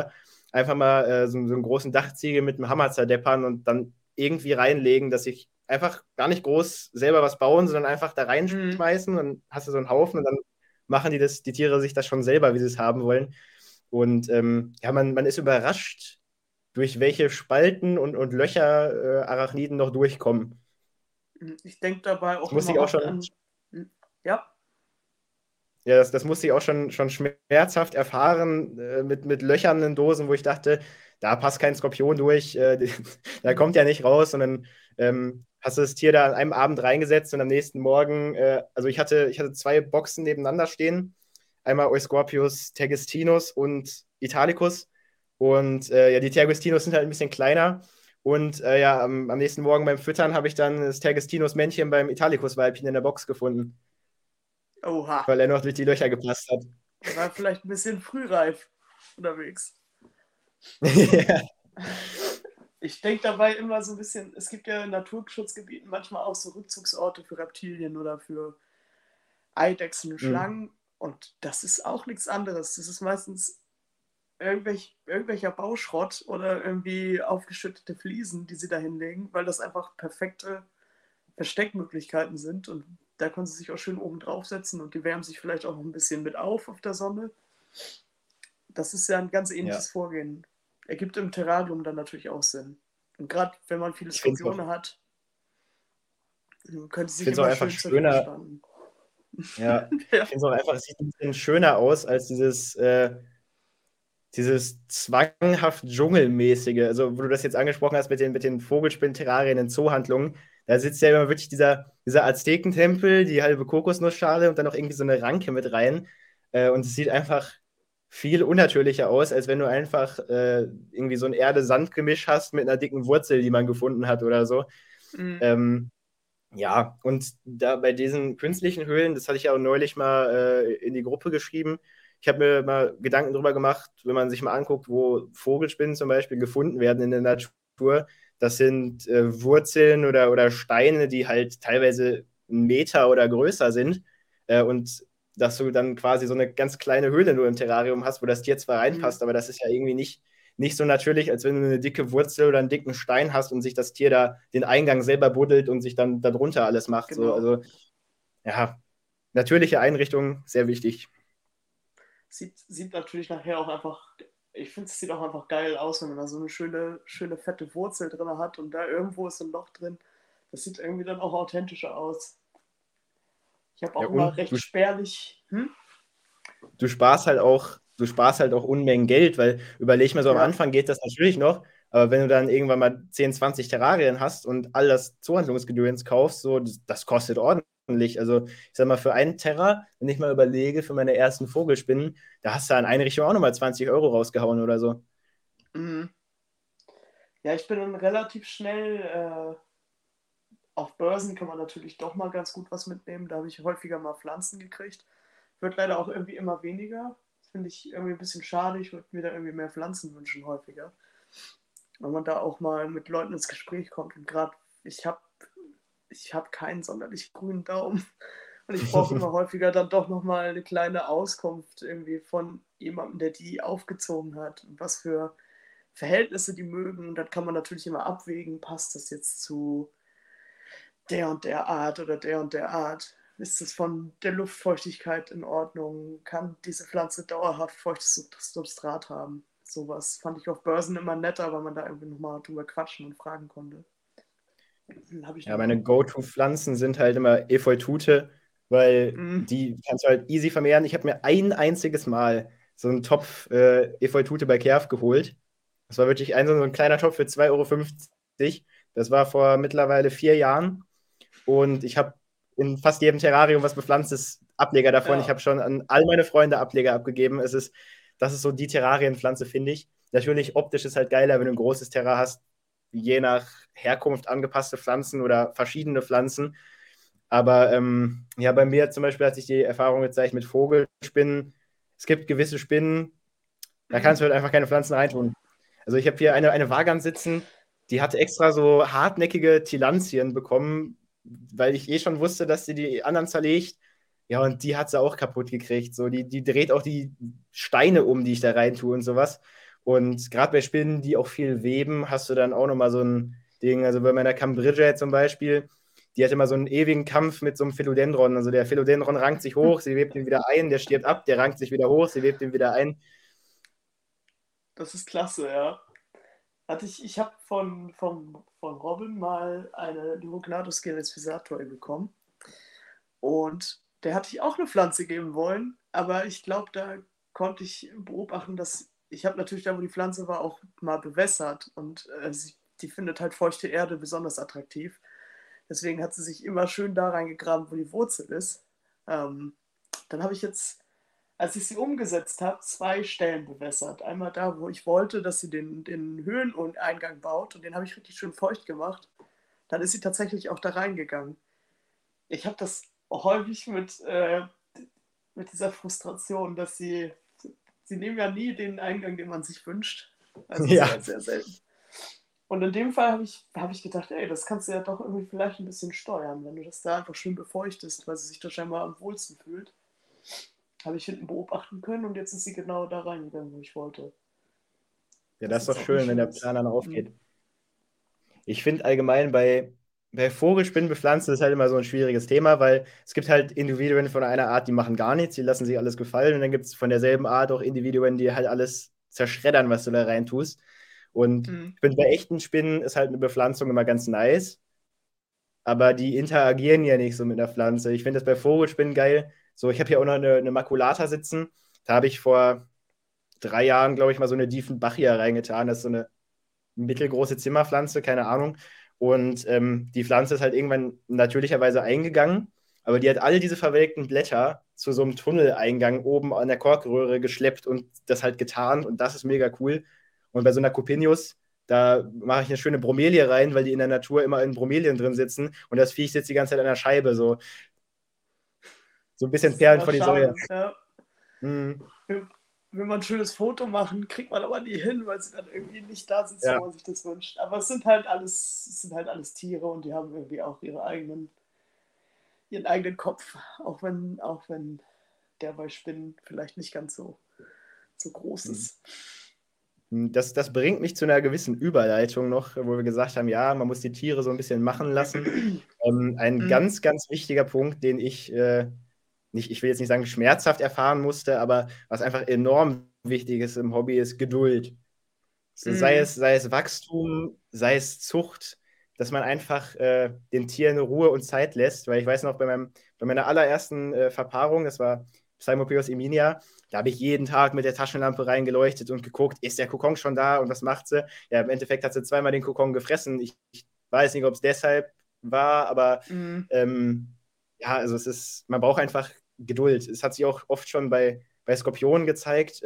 einfach mal so einen großen Dachziegel mit einem Hammer zerdeppern und dann irgendwie reinlegen, dass ich einfach gar nicht groß selber was bauen, sondern einfach da Mhm. reinschmeißen und hast du so einen Haufen und dann machen die Tiere sich das schon selber, wie sie es haben wollen. Und ja, man ist überrascht, durch welche Spalten und Löcher Arachniden noch durchkommen. Ich denke dabei Das auch musste immer ich auch oft schon, an. Hm, Ja, ja, das musste ich auch schon schmerzhaft erfahren, mit Löchern in Dosen, wo ich dachte, da passt kein Skorpion durch, da kommt ja nicht raus, sondern hast du das Tier da an einem Abend reingesetzt und am nächsten Morgen, also ich hatte zwei Boxen nebeneinander stehen, einmal Euscorpius tergestinus und Italicus und ja, die Tergestinus sind halt ein bisschen kleiner und ja, am nächsten Morgen beim Füttern habe ich dann das Tergestinus-Männchen beim Italicus-Weibchen in der Box gefunden, oha. weil er noch durch die Löcher gepasst hat. War vielleicht ein bisschen frühreif unterwegs. Ja, Ich denke dabei immer so ein bisschen, es gibt ja in Naturschutzgebieten manchmal auch so Rückzugsorte für Reptilien oder für Eidechsen und mhm. Schlangen. Und das ist auch nichts anderes. Das ist meistens irgendwelcher Bauschrott oder irgendwie aufgeschüttete Fliesen, die sie da hinlegen, weil das einfach perfekte Versteckmöglichkeiten sind. Und da können sie sich auch schön oben draufsetzen und die wärmen sich vielleicht auch noch ein bisschen mit auf der Sonne. Das ist ja ein ganz Ja. ähnliches Vorgehen. Ergibt im Terrarium dann natürlich auch Sinn. Und gerade wenn man viele Ich finde es auch, Skorpione hat, können sie ich sich find's auch immer einfach schön zur Wehr schöner, spannen. ja, Ja. ich finde es auch einfach, es sieht ein bisschen schöner aus als dieses zwanghaft Dschungelmäßige. Also, wo du das jetzt angesprochen hast mit den Vogelspinnen-Terrarien in Zoohandlungen, da sitzt ja immer wirklich dieser Aztekentempel, die halbe Kokosnussschale und dann noch irgendwie so eine Ranke mit rein. Und es sieht einfach viel unnatürlicher aus, als wenn du einfach irgendwie so ein Erde-Sand-Gemisch hast mit einer dicken Wurzel, die man gefunden hat oder so. Mhm. Ähm, Ja, und da bei diesen künstlichen Höhlen, das hatte ich ja auch neulich mal in die Gruppe geschrieben. Ich habe mir mal Gedanken darüber gemacht, wenn man sich mal anguckt, wo Vogelspinnen zum Beispiel gefunden werden in der Natur. Das sind Wurzeln oder Steine, die halt teilweise 1 Meter oder größer sind. Und dass du dann quasi so eine ganz kleine Höhle nur im Terrarium hast, wo das Tier zwar Mhm. reinpasst, aber das ist ja irgendwie nicht so natürlich, als wenn du eine dicke Wurzel oder einen dicken Stein hast und sich das Tier da den Eingang selber buddelt und sich dann darunter alles macht. So, Genau. also ja, natürliche Einrichtung, sehr wichtig. Sieht natürlich nachher auch einfach, ich finde, es sieht auch einfach geil aus, wenn man da so eine schöne fette Wurzel drin hat und da irgendwo ist ein Loch drin. Das sieht irgendwie dann auch authentischer aus. Ich habe Ja, auch immer und recht spärlich. du sparst halt auch Unmengen Geld, weil überleg mal so, am Ja, Anfang geht das natürlich noch, aber wenn du dann irgendwann mal 10, 20 Terrarien hast und all das Zuhandlungsgedöns kaufst, so, das kostet ordentlich. Also, ich sag mal, für einen Terra, wenn ich mal überlege, für meine ersten Vogelspinnen, da hast du an Einrichtung auch nochmal 20 € rausgehauen oder so. mhm. Ja, ich bin dann relativ schnell. Auf Börsen kann man natürlich doch mal ganz gut was mitnehmen. Da habe ich häufiger mal Pflanzen gekriegt. Wird leider auch irgendwie immer weniger. Das finde ich irgendwie ein bisschen schade. Ich würde mir da irgendwie mehr Pflanzen wünschen häufiger. Wenn man da auch mal mit Leuten ins Gespräch kommt. Und gerade ich habe ich hab keinen sonderlich grünen Daumen. Und ich brauche immer häufiger dann doch nochmal eine kleine Auskunft irgendwie von jemandem, der die aufgezogen hat. Und was für Verhältnisse die mögen. Und dann kann man natürlich immer abwägen, passt das jetzt zu der und der Art oder der und der Art. Ist es von der Luftfeuchtigkeit in Ordnung? Kann diese Pflanze dauerhaft feuchtes Substrat haben? Sowas fand ich auf Börsen immer netter, weil man da irgendwie nochmal drüber quatschen und fragen konnte. Dann habe ich Ja, noch. meine Go-To-Pflanzen sind halt immer Efeutute, weil Mm, die kannst du halt easy vermehren. Ich habe mir ein einziges Mal so einen Topf Efeutute bei Kerf geholt. Das war wirklich so ein kleiner Topf für 2,50 €. Das war vor mittlerweile 4 Jahren. Und ich habe in fast jedem Terrarium was bepflanztes Ableger davon. Ich ja. habe schon an all meine Freunde Ableger abgegeben. Das ist so die Terrarienpflanze, finde ich. Natürlich optisch ist halt geiler, wenn du ein großes Terrain hast, je nach Herkunft angepasste Pflanzen oder verschiedene Pflanzen. Aber ja, bei mir zum Beispiel hat sich die Erfahrung gezeigt mit Vogelspinnen. Es gibt gewisse Spinnen, da kannst Mm, du halt einfach keine Pflanzen reintun. Also ich habe hier eine Vagant sitzen, die hatte extra so hartnäckige Tillandien bekommen, weil ich eh schon wusste, dass sie die anderen zerlegt. Ja, und die hat sie auch kaputt gekriegt. So, die dreht auch die Steine um, die ich da rein tue und sowas. Und gerade bei Spinnen, die auch viel weben, hast du dann auch nochmal so ein Ding. Also bei meiner Cambridge zum Beispiel, die hat immer so einen ewigen Kampf mit so einem Philodendron. Also der Philodendron rankt sich hoch, sie webt ihn wieder ein, der stirbt ab, der rankt sich wieder hoch, sie webt ihn wieder ein. Das ist klasse, ja. Ich habe von Robin mal eine Lirognathus Pisator bekommen. Und der hatte ich auch eine Pflanze geben wollen, aber ich glaube, da konnte ich beobachten, dass ich habe natürlich da, wo die Pflanze war, auch mal bewässert und die findet halt feuchte Erde besonders attraktiv. Deswegen hat sie sich immer schön da reingegraben, wo die Wurzel ist. Dann habe ich jetzt, als ich sie umgesetzt habe, 2 Stellen bewässert. Einmal da, wo ich wollte, dass sie den Höheneingang baut und den habe ich richtig schön feucht gemacht. Dann ist sie tatsächlich auch da reingegangen. Ich habe das häufig mit dieser Frustration, dass sie nehmen ja nie den Eingang, den man sich wünscht. Also Ja. sehr, sehr selten. Und in dem Fall hab ich gedacht, ey, das kannst du ja doch irgendwie vielleicht ein bisschen steuern, wenn du das da einfach schön befeuchtest, weil sie sich da scheinbar am wohlsten fühlt. Habe ich hinten beobachten können und jetzt ist sie genau da reingegangen, wo ich wollte. Ja, das ist doch auch schön, wenn der Plan dann aufgeht. Ich finde allgemein bei Vogelspinnen bepflanzt ist halt immer so ein schwieriges Thema, weil es gibt halt Individuen von einer Art, die machen gar nichts, die lassen sich alles gefallen. Und dann gibt es von derselben Art auch Individuen, die halt alles zerschreddern, was du da rein tust. Und ich finde, bei echten Spinnen ist halt eine Bepflanzung immer ganz nice, aber die interagieren ja nicht so mit der Pflanze. Ich finde das bei Vogelspinnen geil. So, ich habe hier auch noch eine Makulata sitzen. Da habe ich vor 3 Jahren, glaube ich, mal so eine Diefenbachia reingetan. Das ist so eine mittelgroße Zimmerpflanze, keine Ahnung. Und die Pflanze ist halt irgendwann natürlicherweise eingegangen, aber die hat all diese verwelkten Blätter zu so einem Tunneleingang oben an der Korkröhre geschleppt und das halt getarnt und das ist mega cool. Und bei so einer Copinius, da mache ich eine schöne Bromelie rein, weil die in der Natur immer in Bromelien drin sitzen und das Viech sitzt die ganze Zeit an der Scheibe, so ein bisschen Perlen vor die Säue. Ja. Mhm. Will man ein schönes Foto machen, kriegt man aber nie hin, weil sie dann irgendwie nicht da sitzt, Ja. wo man sich das wünscht. Aber es sind halt alles Tiere und die haben irgendwie auch ihren eigenen Kopf, auch wenn der bei Spinnen vielleicht nicht ganz so groß ist. Das bringt mich zu einer gewissen Überleitung noch, wo wir gesagt haben, ja, man muss die Tiere so ein bisschen machen lassen. Ein ganz, ganz wichtiger Punkt, den ich ich will jetzt nicht sagen schmerzhaft erfahren musste, aber was einfach enorm wichtig ist im Hobby, ist Geduld. So, sei es Wachstum, sei es Zucht, dass man einfach den Tieren Ruhe und Zeit lässt, weil ich weiß noch, bei meiner allerersten Verpaarung, das war Psalmopoeus eminia, da habe ich jeden Tag mit der Taschenlampe reingeleuchtet und geguckt, ist der Kokon schon da und was macht sie? Ja, im Endeffekt hat sie 2-mal den Kokon gefressen. Ich weiß nicht, ob es deshalb war, aber ja, also man braucht einfach Geduld. Es hat sich auch oft schon bei Skorpionen gezeigt.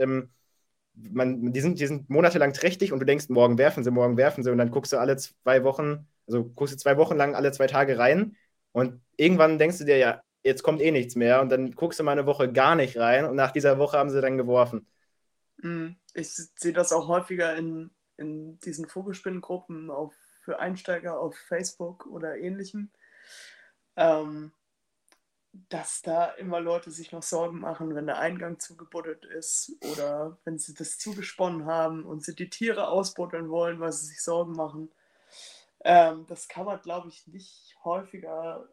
Die sind monatelang trächtig und du denkst, morgen werfen sie und dann guckst du alle 2 Wochen, also guckst du 2 Wochen lang alle 2 Tage rein und irgendwann denkst du dir, ja, jetzt kommt eh nichts mehr und dann guckst du mal eine Woche gar nicht rein und nach dieser Woche haben sie dann geworfen. Ich sehe das auch häufiger in diesen Vogelspinnengruppen für Einsteiger auf Facebook oder ähnlichem, dass da immer Leute sich noch Sorgen machen, wenn der Eingang zugebuddelt ist oder wenn sie das zugesponnen haben und sie die Tiere ausbuddeln wollen, weil sie sich Sorgen machen. Das kann man, glaube ich, nicht häufiger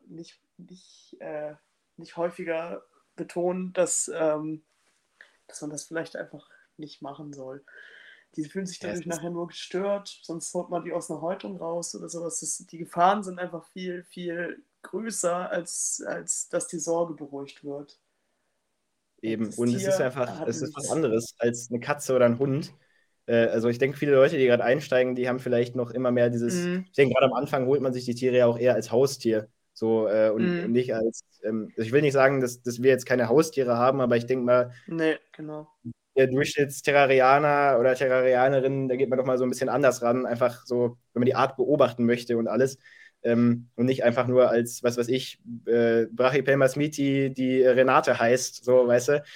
betonen, dass man das vielleicht einfach nicht machen soll. Die fühlen sich dadurch nachher nur gestört, sonst holt man die aus einer Häutung raus oder sowas. Die Gefahren sind einfach viel, viel größer, als dass die Sorge beruhigt wird. Eben. Das Und es ist Tier einfach, hat es ist was nichts. anderes als eine Katze oder ein Hund. Also ich denke, viele Leute, die gerade einsteigen, die haben vielleicht noch immer mehr ich denke, gerade am Anfang holt man sich die Tiere ja auch eher als Haustier. So, und nicht als, also ich will nicht sagen, dass wir jetzt keine Haustiere haben, aber ich denke mal, Nee, genau. der Durchschnittsterrarianer oder Terrarianerin, da geht man doch mal so ein bisschen anders ran, einfach so, wenn man die Art beobachten möchte und alles. Und nicht einfach nur als, was weiß ich, Brachypelma smithi, die Renate heißt, so, weißt du.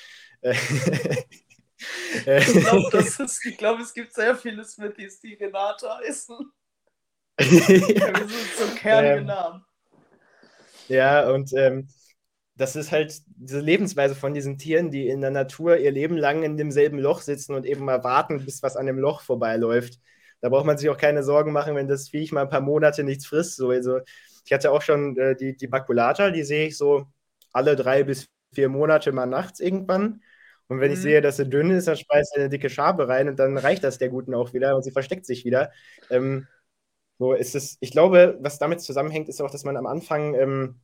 Ich glaube, es gibt sehr viele Smithies, die Renate heißen. Ja, wir sind so kernige Namen. Ja, und das ist halt diese Lebensweise von diesen Tieren, die in der Natur ihr Leben lang in demselben Loch sitzen und eben mal warten, bis was an dem Loch vorbeiläuft. Da braucht man sich auch keine Sorgen machen, wenn das Viech mal ein paar Monate nichts frisst. So, also, ich hatte auch schon die Makulata, die sehe ich so alle 3 bis 4 Monate mal nachts irgendwann. Und wenn ich Mhm. sehe, dass sie dünn ist, dann speist sie eine dicke Schabe rein und dann reicht das der Guten auch wieder und sie versteckt sich wieder. So ist es, ich glaube, was damit zusammenhängt, ist auch, dass man am Anfang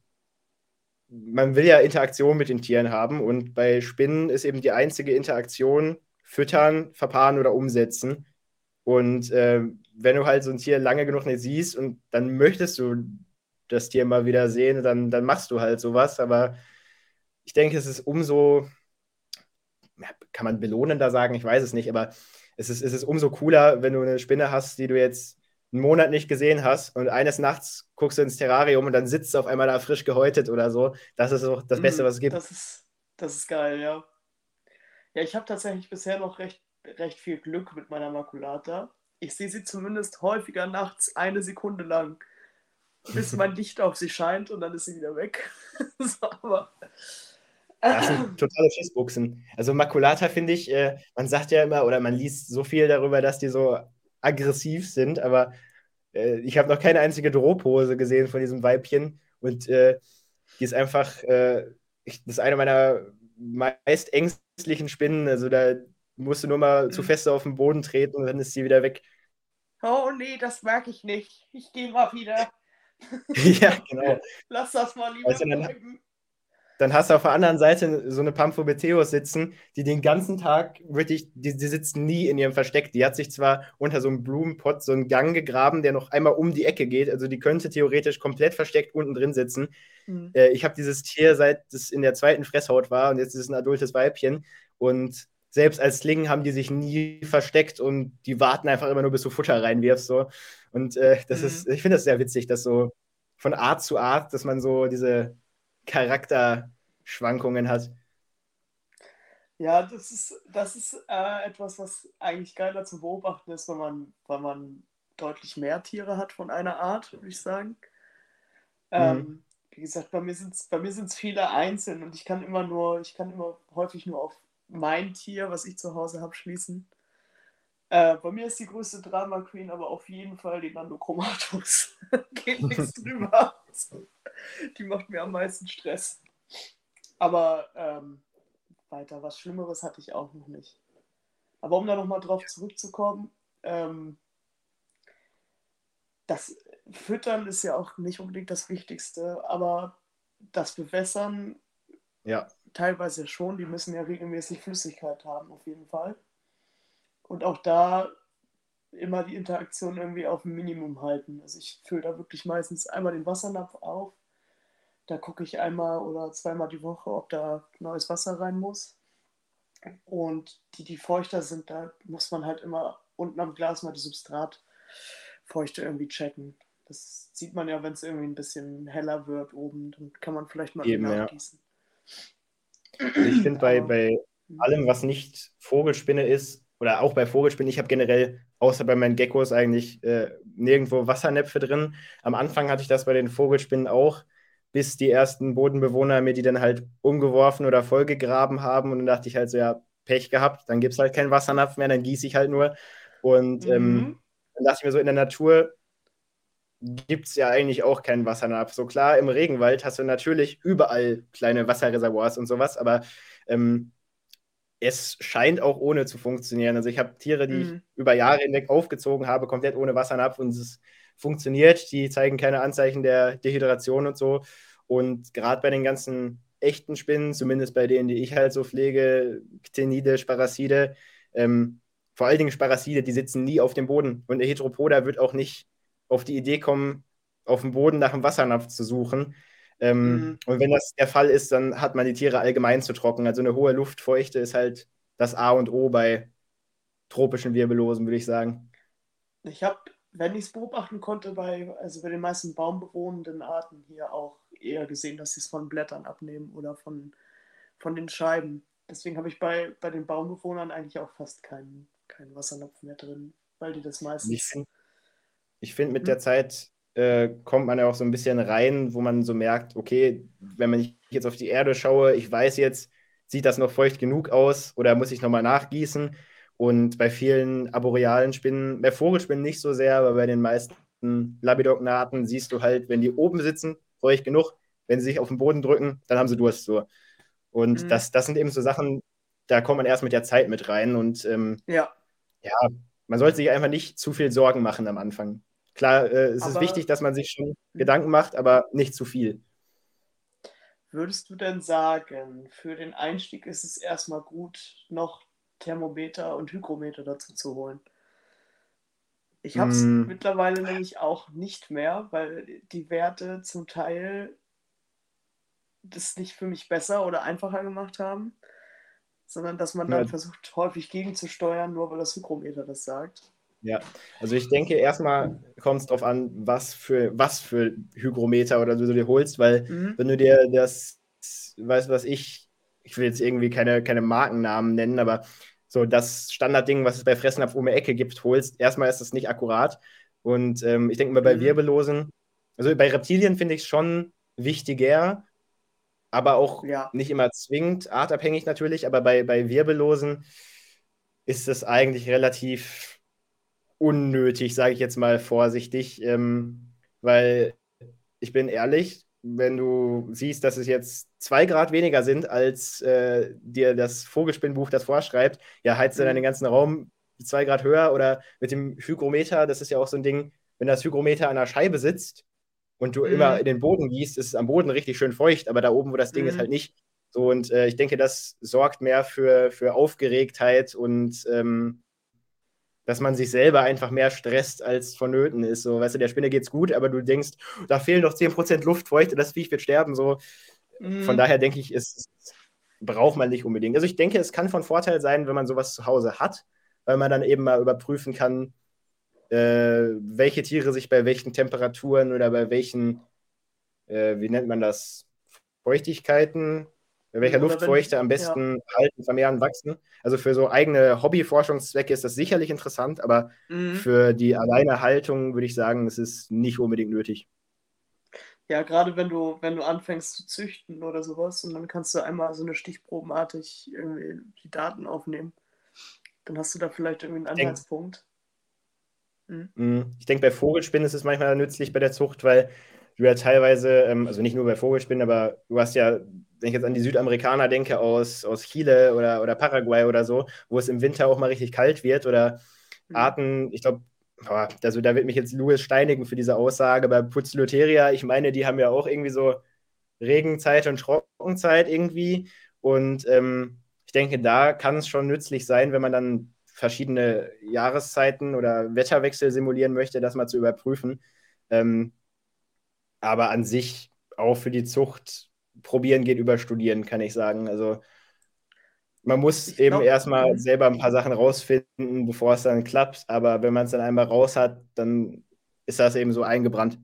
man will ja Interaktion mit den Tieren haben und bei Spinnen ist eben die einzige Interaktion füttern, verpaaren oder umsetzen. Und wenn du halt so ein Tier lange genug nicht siehst und dann möchtest du das Tier mal wieder sehen, dann machst du halt sowas. Aber ich denke, es ist umso, ja, kann man belohnender sagen, ich weiß es nicht, aber es ist umso cooler, wenn du eine Spinne hast, die du jetzt einen Monat nicht gesehen hast und eines Nachts guckst du ins Terrarium und dann sitzt sie auf einmal da frisch gehäutet oder so. Das ist auch das Beste, Mhm. was es gibt. Das ist geil, ja. Ja, ich habe tatsächlich bisher noch recht viel Glück mit meiner Makulata. Ich sehe sie zumindest häufiger nachts 1 Sekunde lang, bis mein Licht auf sie scheint und dann ist sie wieder weg. So, aber Das sind totale Schissbuchsen. Also Makulata finde ich, man sagt ja immer oder man liest so viel darüber, dass die so aggressiv sind, aber ich habe noch keine einzige Drohpose gesehen von diesem Weibchen und die ist einfach, das ist eine meiner meist ängstlichen Spinnen. Also da musst du nur mal zu fest auf den Boden treten und dann ist sie wieder weg. oh nee, das mag ich nicht. Ich gehe mal wieder. Ja, genau. Lass das mal Weißt lieber du, bleiben. dann hast du auf der anderen Seite so eine Pamphobeteus sitzen, die den ganzen Tag wirklich, die sitzt nie in ihrem Versteck. Die hat sich zwar unter so einem Blumenpott so einen Gang gegraben, der noch einmal um die Ecke geht. Also die könnte theoretisch komplett versteckt unten drin sitzen. Mhm. Ich habe dieses Tier, seit es in der zweiten Fresshaut war und jetzt ist es ein adultes Weibchen. Und selbst als Sling haben die sich nie versteckt und die warten einfach immer nur, bis du Futter reinwirfst. So. Und Mhm. ich finde das sehr witzig, dass so von Art zu Art, dass man so diese Charakterschwankungen hat. Ja, das ist etwas, was eigentlich geiler zu beobachten ist, weil man deutlich mehr Tiere hat von einer Art, würde ich sagen. Mhm. Wie gesagt, bei mir sind's viele einzeln und ich kann immer häufig nur auf mein Tier, was ich zu Hause habe, schließen. Bei mir ist die größte Drama Queen aber auf jeden Fall die Nanochromatus. Geht nichts drüber. Die macht mir am meisten Stress. Aber weiter, was Schlimmeres hatte ich auch noch nicht. Aber um da nochmal drauf zurückzukommen, ähm, das Füttern ist ja auch nicht unbedingt das Wichtigste, aber das Bewässern Ja, teilweise schon. Die müssen ja regelmäßig Flüssigkeit haben, auf jeden Fall. Und auch da immer die Interaktion irgendwie auf ein Minimum halten. Also ich fülle da wirklich meistens einmal den Wassernapf auf. Da gucke ich einmal oder zweimal die Woche, ob da neues Wasser rein muss. Und die feuchter sind, da muss man halt immer unten am Glas mal die Substratfeuchte irgendwie checken. Das sieht man ja, wenn es irgendwie ein bisschen heller wird oben, dann kann man vielleicht mal irgendwie eben, ja. nachgießen. Also ich finde bei, Aber bei allem, was nicht Vogelspinne ist, oder auch bei Vogelspinnen, ich habe generell, außer bei meinen Geckos, eigentlich nirgendwo Wassernäpfe drin. Am Anfang hatte ich das bei den Vogelspinnen auch, bis die ersten Bodenbewohner mir die dann halt umgeworfen oder vollgegraben haben. Und dann dachte ich halt so, ja, Pech gehabt, dann gibt es halt keinen Wassernapf mehr, dann gieße ich halt nur. Und mhm. dann dachte ich mir so, in der Natur gibt es ja eigentlich auch keinen Wassernapf. So klar, im Regenwald hast du natürlich überall kleine Wasserreservoirs und sowas, aber ähm, es scheint auch ohne zu funktionieren. Also ich habe Tiere, die ich Mhm. über Jahre hinweg aufgezogen habe, komplett ohne Wassernapf und es funktioniert. Die zeigen keine Anzeichen der Dehydration und so. Und gerade bei den ganzen echten Spinnen, zumindest bei denen, die ich halt so pflege, Ctenide, Sparacide, vor allen Dingen Sparacide, die sitzen nie auf dem Boden. Und der Heteropoda wird auch nicht auf die Idee kommen, auf dem Boden nach einem Wassernapf zu suchen. Mhm. Und wenn das der Fall ist, dann hat man die Tiere allgemein zu trocken. Also eine hohe Luftfeuchte ist halt das A und O bei tropischen Wirbellosen, würde ich sagen. Ich habe, wenn ich es beobachten konnte, also bei den meisten baumbewohnenden Arten hier auch eher gesehen, dass sie es von Blättern abnehmen oder von den Scheiben. Deswegen habe ich bei den Baumbewohnern eigentlich auch fast keinen Wassernapf mehr drin, weil die das Und meistens. ich find, mit Hm? der Zeit kommt man ja auch so ein bisschen rein, wo man so merkt, okay, wenn man jetzt auf die Erde schaue, ich weiß jetzt, sieht das noch feucht genug aus oder muss ich nochmal nachgießen? Und bei vielen arborealen Spinnen, bei Vogelspinnen nicht so sehr, aber bei den meisten Labidockenarten siehst du halt, wenn die oben sitzen, feucht genug, wenn sie sich auf den Boden drücken, dann haben sie Durst. So. Und Mhm. das sind eben so Sachen, da kommt man erst mit der Zeit mit rein. Und Ja, ja, man sollte sich einfach nicht zu viel Sorgen machen am Anfang. Klar, es ist wichtig, aber dass man sich schon mhm. Gedanken macht, aber nicht zu viel. Würdest du denn sagen, für den Einstieg ist es erstmal gut, noch Thermometer und Hygrometer dazu zu holen? Ich habe es Mm, mittlerweile nämlich auch nicht mehr, weil die Werte zum Teil das nicht für mich besser oder einfacher gemacht haben, sondern dass man dann ja, versucht, häufig gegenzusteuern, nur weil das Hygrometer das sagt. ja, also ich denke, erstmal kommt es darauf an, was für Hygrometer oder so du dir holst, weil Mhm. wenn du dir das, weißt du was ich will jetzt irgendwie keine Markennamen nennen, aber so das Standardding, was es bei Fressnapf um die Ecke gibt, holst, erstmal ist das nicht akkurat. Und ich denke mal bei Mhm. Wirbellosen, also bei Reptilien finde ich es schon wichtiger, aber auch Ja. nicht immer zwingend, artabhängig natürlich, aber bei Wirbellosen ist es eigentlich relativ unnötig, sage ich jetzt mal vorsichtig, weil ich bin ehrlich, wenn du siehst, dass es jetzt 2 Grad weniger sind, als dir das Vogelspinnbuch das vorschreibt, ja, heizt du deinen Mhm. ganzen Raum 2 Grad höher oder mit dem Hygrometer, das ist ja auch so ein Ding, wenn das Hygrometer an der Scheibe sitzt und du immer in Mhm. den Boden gießt, ist es am Boden richtig schön feucht, aber da oben, wo das Ding ist, halt Mhm. nicht. So, und ich denke, das sorgt mehr für Aufgeregtheit und dass man sich selber einfach mehr stresst, als vonnöten ist. So, weißt du, der Spinne geht's gut, aber du denkst, da fehlen noch 10% Luftfeuchte, das Viech wird sterben. So. Von Mhm. daher denke ich, braucht man nicht unbedingt. Also ich denke, es kann von Vorteil sein, wenn man sowas zu Hause hat, weil man dann eben mal überprüfen kann, welche Tiere sich bei welchen Temperaturen oder bei welchen, wie nennt man das, Feuchtigkeiten, bei welcher Oder wenn, Luftfeuchte am ja. besten halten, vermehren, wachsen. Also für so eigene Hobbyforschungszwecke ist das sicherlich interessant, aber Mhm. für die alleine Haltung würde ich sagen, es ist nicht unbedingt nötig. Ja, gerade wenn du anfängst zu züchten oder sowas und dann kannst du einmal so eine stichprobenartig irgendwie die Daten aufnehmen. Dann hast du da vielleicht irgendwie einen Ich denke, Anhaltspunkt. Mhm. Ich denke, bei Vogelspinnen ist es manchmal nützlich bei der Zucht, weil du ja teilweise, also nicht nur bei Vogelspinnen, aber du hast ja, wenn ich jetzt an die Südamerikaner denke, aus Chile oder Paraguay oder so, wo es im Winter auch mal richtig kalt wird oder Mhm. Arten, ich glaube, also da wird mich jetzt Louis steinigen für diese Aussage, bei Putzloteria, ich meine, die haben ja auch irgendwie so Regenzeit und Trockenzeit irgendwie. Und ich denke, da kann es schon nützlich sein, wenn man dann verschiedene Jahreszeiten oder Wetterwechsel simulieren möchte, das mal zu überprüfen. Ähm, aber an sich auch für die Zucht probieren geht über studieren, kann ich sagen. Also man muss Ich eben glaube, erstmal selber ein paar Sachen rausfinden, bevor es dann klappt. Aber wenn man es dann einmal raus hat, dann ist das eben so eingebrannt.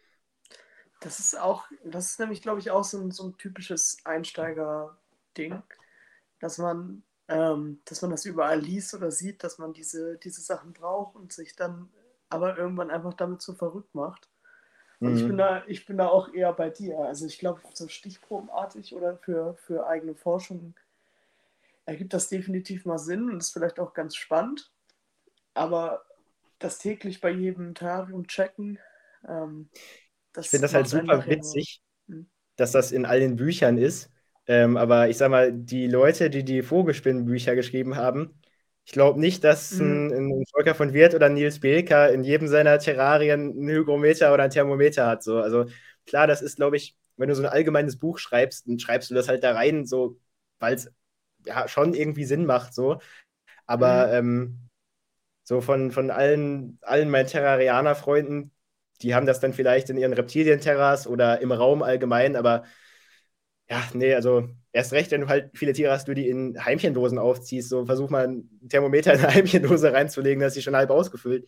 das ist nämlich, glaube ich, auch so ein typisches Einsteiger-Ding, dass man das überall liest oder sieht, dass man diese Sachen braucht und sich dann aber irgendwann einfach damit so verrückt macht. Und ich bin Mhm. da, ich bin da auch eher bei dir. Also ich glaube, so stichprobenartig oder für eigene Forschung ergibt das definitiv mal Sinn und ist vielleicht auch ganz spannend. Aber das täglich bei jedem Terrarium checken, ähm, Ich finde das das halt macht einen super nachher nur. witzig, Hm. dass das in allen Büchern ist. Aber ich sag mal, die Leute, die die Vogelspinnenbücher geschrieben haben, ich glaube nicht, dass Hm. ein Volker von Wirth oder Nils Behlker in jedem seiner Terrarien ein Hygrometer oder ein Thermometer hat. So. Also klar, das ist, glaube ich, wenn du so ein allgemeines Buch schreibst, dann schreibst du das halt da rein, so, weil es ja schon irgendwie Sinn macht. So. Aber Hm. so von allen meinen Terrarianer-Freunden, die haben das dann vielleicht in ihren Reptilienterras oder im Raum allgemein, aber ja, nee, also erst recht, wenn du halt viele Tiere hast, du die in Heimchendosen aufziehst, so versuch mal ein Thermometer in eine Heimchendose reinzulegen, das ist die schon halb ausgefüllt.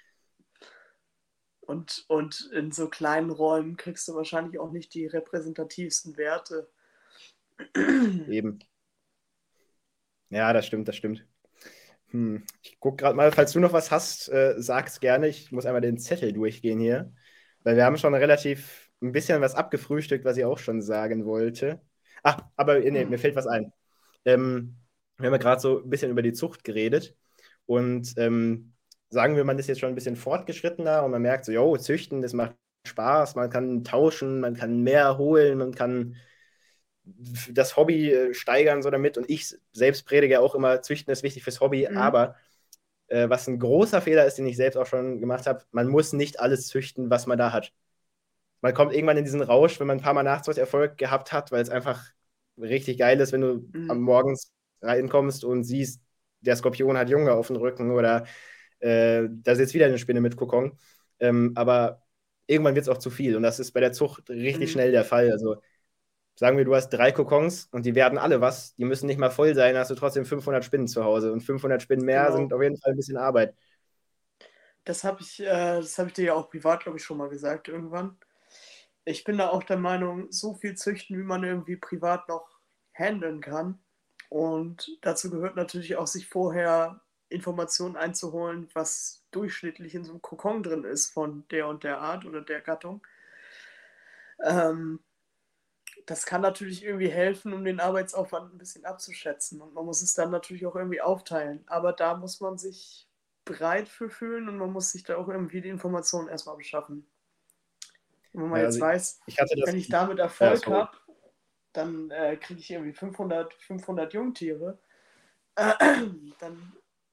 Und in so kleinen Räumen kriegst du wahrscheinlich auch nicht die repräsentativsten Werte. Eben. Ja, das stimmt, das stimmt. Ich guck gerade mal, falls du noch was hast, sag's gerne. Ich muss einmal den Zettel durchgehen hier, weil wir haben schon relativ ein bisschen was abgefrühstückt, was ich auch schon sagen wollte. Ach, aber nee, mir fällt was ein. Wir haben ja gerade so ein bisschen über die Zucht geredet und sagen wir, man ist jetzt schon ein bisschen fortgeschrittener und man merkt so, jo, züchten, das macht Spaß, man kann tauschen, man kann mehr holen, man kann das Hobby steigern so damit. Und ich selbst predige auch immer, Züchten ist wichtig fürs Hobby, Mhm. aber was ein großer Fehler ist, den ich selbst auch schon gemacht habe, man muss nicht alles züchten, was man da hat. Man kommt irgendwann in diesen Rausch, wenn man ein paar Mal Nachzuchterfolg gehabt hat, weil es einfach richtig geil ist, wenn du am Mhm. Morgens reinkommst und siehst, der Skorpion hat Junge auf dem Rücken oder da sitzt wieder eine Spinne mit Kokon. Aber irgendwann wird es auch zu viel und das ist bei der Zucht richtig Mhm. schnell der Fall. Also sagen wir, du hast 3 Kokons und die werden alle was. Die müssen nicht mal voll sein, hast du trotzdem 500 Spinnen zu Hause. Und 500 Spinnen mehr sind Genau. auf jeden Fall ein bisschen Arbeit. Das hab ich dir ja auch privat, glaube ich, schon mal gesagt irgendwann. Ich bin da auch der Meinung, so viel züchten, wie man irgendwie privat noch handeln kann. Und dazu gehört natürlich auch, sich vorher Informationen einzuholen, was durchschnittlich in so einem Kokon drin ist von der und der Art oder der Gattung. Ähm, Das kann natürlich irgendwie helfen, um den Arbeitsaufwand ein bisschen abzuschätzen. Und man muss es dann natürlich auch irgendwie aufteilen. Aber da muss man sich bereit für fühlen und man muss sich da auch irgendwie die Informationen erstmal beschaffen. Und wenn man Ja, jetzt also weiß, ich hatte das. wenn ich damit Ja, Erfolg sorry. habe, dann kriege ich irgendwie 500 Jungtiere. Dann,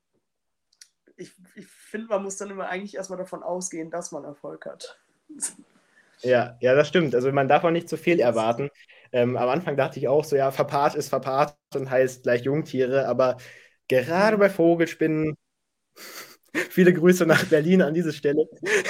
ich finde, man muss dann immer eigentlich erstmal davon ausgehen, dass man Erfolg hat. Ja, ja, das stimmt. Also man darf auch nicht zu viel erwarten. Am Anfang dachte ich auch so, ja, verpaart ist verpaart und heißt gleich Jungtiere, aber gerade Mhm. bei Vogelspinnen, viele Grüße nach Berlin an diese Stelle.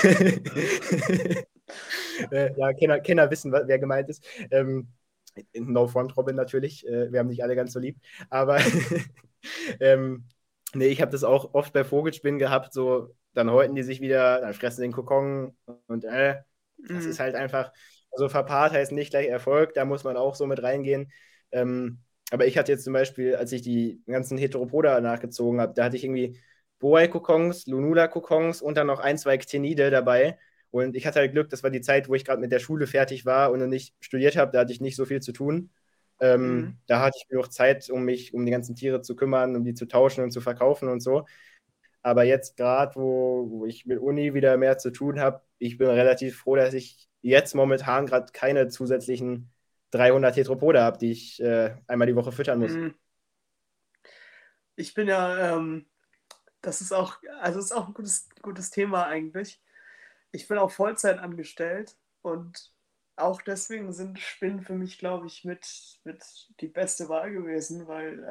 Ja, Kenner wissen, wer gemeint ist. No Front Robin natürlich, wir haben nicht alle ganz so lieb, aber ähm, nee, ich habe das auch oft bei Vogelspinnen gehabt, so, dann häuten die sich wieder, dann fressen den Kokon und das ist Mhm. halt einfach, also verpaart heißt nicht gleich Erfolg, da muss man auch so mit reingehen. Ähm, aber ich hatte jetzt zum Beispiel, als ich die ganzen Heteropoda nachgezogen habe, da hatte ich irgendwie Boai-Kokons, Lunula-Kokons und dann noch ein, zwei Ctenide dabei. Und ich hatte halt Glück, das war die Zeit, wo ich gerade mit der Schule fertig war und nicht studiert habe, da hatte ich nicht so viel zu tun. Mhm. Da hatte ich genug Zeit, um mich um die ganzen Tiere zu kümmern, um die zu tauschen und zu verkaufen und so. Aber jetzt gerade, wo ich mit Uni wieder mehr zu tun habe, ich bin relativ froh, dass ich jetzt momentan gerade keine zusätzlichen 300 Tetrapoda habe, die ich einmal die Woche füttern muss. Mhm. Ich bin ja, das ist auch, also das ist auch ein gutes Thema eigentlich. Ich bin auch Vollzeit angestellt und auch deswegen sind Spinnen für mich, glaube ich, mit die beste Wahl gewesen, weil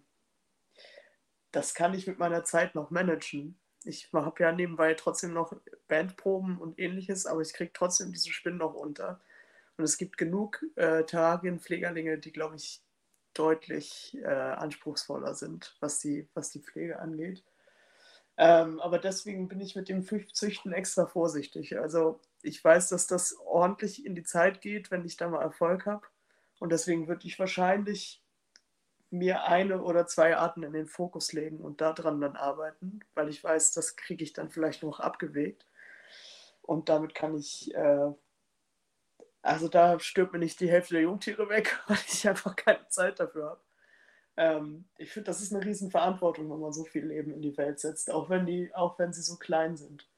das kann ich mit meiner Zeit noch managen. Ich habe ja nebenbei trotzdem noch Bandproben und ähnliches, aber ich kriege trotzdem diese Spinnen noch unter. Und es gibt genug Terrarienpflegerlinge, die, glaube ich, deutlich anspruchsvoller sind, was die Pflege angeht. Aber deswegen bin ich mit dem Züchten extra vorsichtig. Also ich weiß, dass das ordentlich in die Zeit geht, wenn ich da mal Erfolg habe. Und deswegen würde ich wahrscheinlich mir eine oder zwei Arten in den Fokus legen und daran dann arbeiten, weil ich weiß, das kriege ich dann vielleicht noch abgewegt. Und damit kann ich, also da stirbt mir nicht die Hälfte der Jungtiere weg, weil ich einfach keine Zeit dafür habe. Ich finde, das ist eine Riesenverantwortung, wenn man so viel Leben in die Welt setzt, auch wenn sie so klein sind.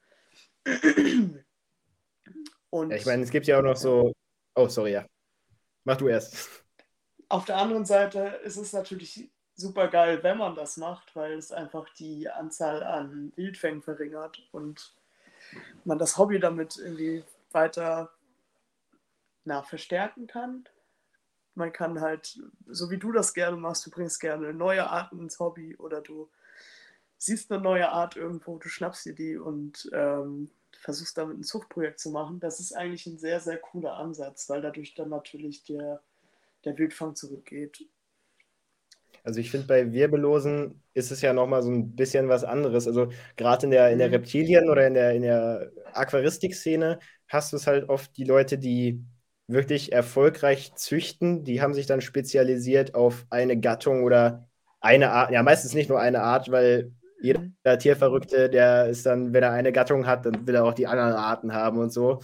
Ja, ich Und meine, es gibt ja auch noch ja. so. Oh, sorry, ja. Mach du erst. Auf der anderen Seite ist es natürlich super geil, wenn man das macht, weil es einfach die Anzahl an Wildfängen verringert und man das Hobby damit irgendwie weiter verstärken kann. Man kann halt, so wie du das gerne machst, du bringst gerne neue Arten ins Hobby oder du siehst eine neue Art irgendwo, du schnappst dir die und versuchst damit ein Zuchtprojekt zu machen. Das ist eigentlich ein sehr, sehr cooler Ansatz, weil dadurch dann natürlich der Wildfang zurückgeht. Also ich finde, bei Wirbellosen ist es ja nochmal so ein bisschen was anderes. Also gerade in der Mhm. Reptilien- oder in der Aquaristik-Szene hast du es halt oft die Leute, die wirklich erfolgreich züchten, die haben sich dann spezialisiert auf eine Gattung oder eine Art, ja meistens nicht nur eine Art, weil jeder Mhm. Tierverrückte, der ist dann, wenn er eine Gattung hat, dann will er auch die anderen Arten haben und so.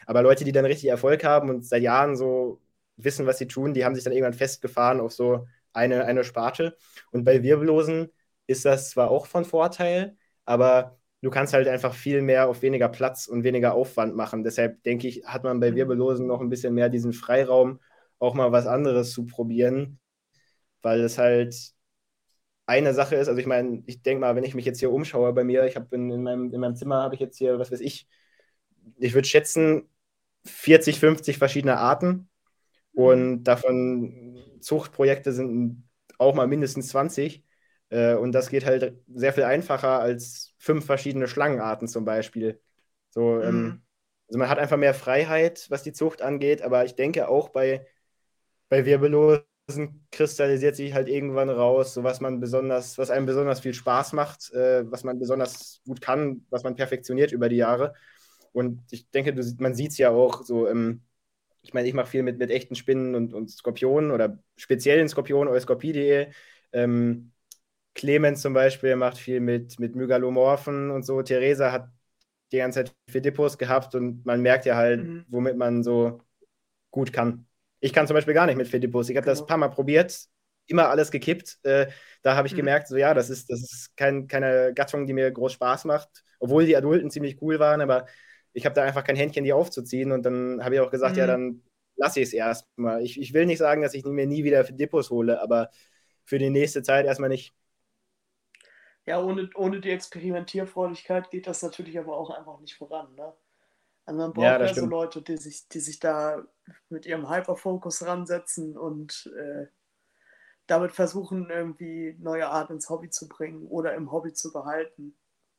Aber Leute, die dann richtig Erfolg haben und seit Jahren so wissen, was sie tun, die haben sich dann irgendwann festgefahren auf so eine Sparte. Und bei Wirbellosen ist das zwar auch von Vorteil, aber du kannst halt einfach viel mehr auf weniger Platz und weniger Aufwand machen. Deshalb denke ich, hat man bei Wirbellosen noch ein bisschen mehr diesen Freiraum, auch mal was anderes zu probieren, weil es halt eine Sache ist. Also ich meine, ich denke mal, wenn ich mich jetzt hier umschaue bei mir, ich habe in meinem Zimmer habe ich jetzt hier, was weiß ich würde schätzen 40, 50 verschiedene Arten und davon Zuchtprojekte sind auch mal mindestens 20. Und das geht halt sehr viel einfacher als 5 verschiedene Schlangenarten zum Beispiel. So, also man hat einfach mehr Freiheit, was die Zucht angeht, aber ich denke auch bei Wirbellosen kristallisiert sich halt irgendwann raus, so was einem besonders viel Spaß macht, was man besonders gut kann, was man perfektioniert über die Jahre. Und ich denke, man sieht es ja auch so, ich meine, ich mache viel mit echten Spinnen und Skorpionen oder speziellen Skorpionen, euskopie.de. Clemens zum Beispiel macht viel mit Mygalomorphen und so. Theresa hat die ganze Zeit Pheidipus gehabt und man merkt ja halt, womit man so gut kann. Ich kann zum Beispiel gar nicht mit Pheidipus. Ich habe das ein paar Mal probiert, immer alles gekippt. Da habe ich gemerkt, so ja, das ist keine Gattung, die mir groß Spaß macht, obwohl die Adulten ziemlich cool waren, aber ich habe da einfach kein Händchen, die aufzuziehen und dann habe ich auch gesagt, ja, dann lasse ich es erstmal. Ich will nicht sagen, dass ich mir nie wieder Pheidipus hole, aber für die nächste Zeit erstmal nicht. Ja, ohne die Experimentierfreudigkeit geht das natürlich aber auch einfach nicht voran, ne? Also man Ja, braucht das ja so stimmt. Leute, die sich da mit ihrem Hyperfokus ransetzen und damit versuchen, irgendwie neue Arten ins Hobby zu bringen oder im Hobby zu behalten.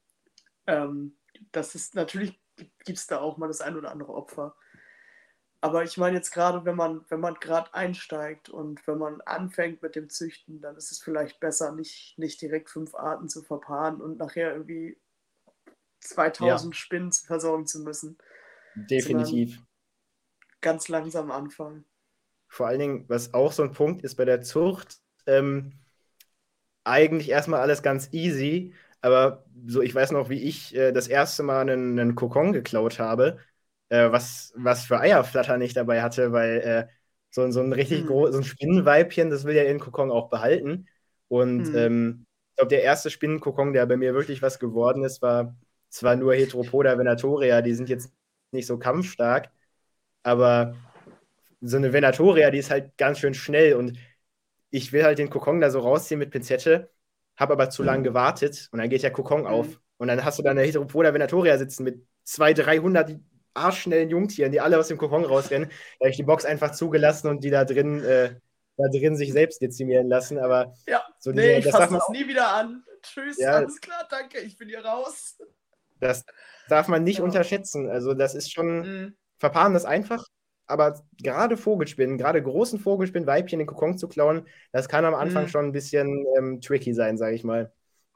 Das ist natürlich, gibt es da auch mal das ein oder andere Opfer. Aber ich meine jetzt gerade, wenn man gerade einsteigt und wenn man anfängt mit dem Züchten, dann ist es vielleicht besser, nicht direkt 5 Arten zu verpaaren und nachher irgendwie Ja, 2000 Spinnen versorgen zu müssen, sondern definitiv. ganz langsam anfangen. Vor allen Dingen, was auch so ein Punkt ist bei der Zucht, eigentlich erstmal alles ganz easy, aber so, ich weiß noch, wie ich das erste Mal einen Kokon geklaut habe, was für Eierflattern ich dabei hatte, weil so ein richtig Mhm. großes, so ein Spinnenweibchen, das will ja ihren Kokon auch behalten. Und Mhm. ich glaube, der erste Spinnenkokon, der bei mir wirklich was geworden ist, war zwar nur Heteropoda venatoria, die sind jetzt nicht so kampfstark, aber so eine Venatoria, die ist halt ganz schön schnell und ich will halt den Kokon da so rausziehen mit Pinzette, habe aber zu lange gewartet und dann geht der Kokon Mhm. auf. Und dann hast du da eine Heteropoda venatoria sitzen mit 200, 300 arschschnellen Jungtieren, die alle aus dem Kokon rausrennen. Da habe ich die Box einfach zugelassen und die da drin sich selbst dezimieren lassen. Aber Ja, so nee, ich das darf fasse man das auch, nie wieder an. Tschüss, ja, alles klar, danke, ich bin hier raus. das darf man nicht Ja. unterschätzen. Also das ist schon, Mhm. Verpaaren ist einfach, aber gerade Vogelspinnen, gerade großen Vogelspinnweibchen den Kokon zu klauen, das kann am Anfang Mhm. schon ein bisschen tricky sein, sage ich mal.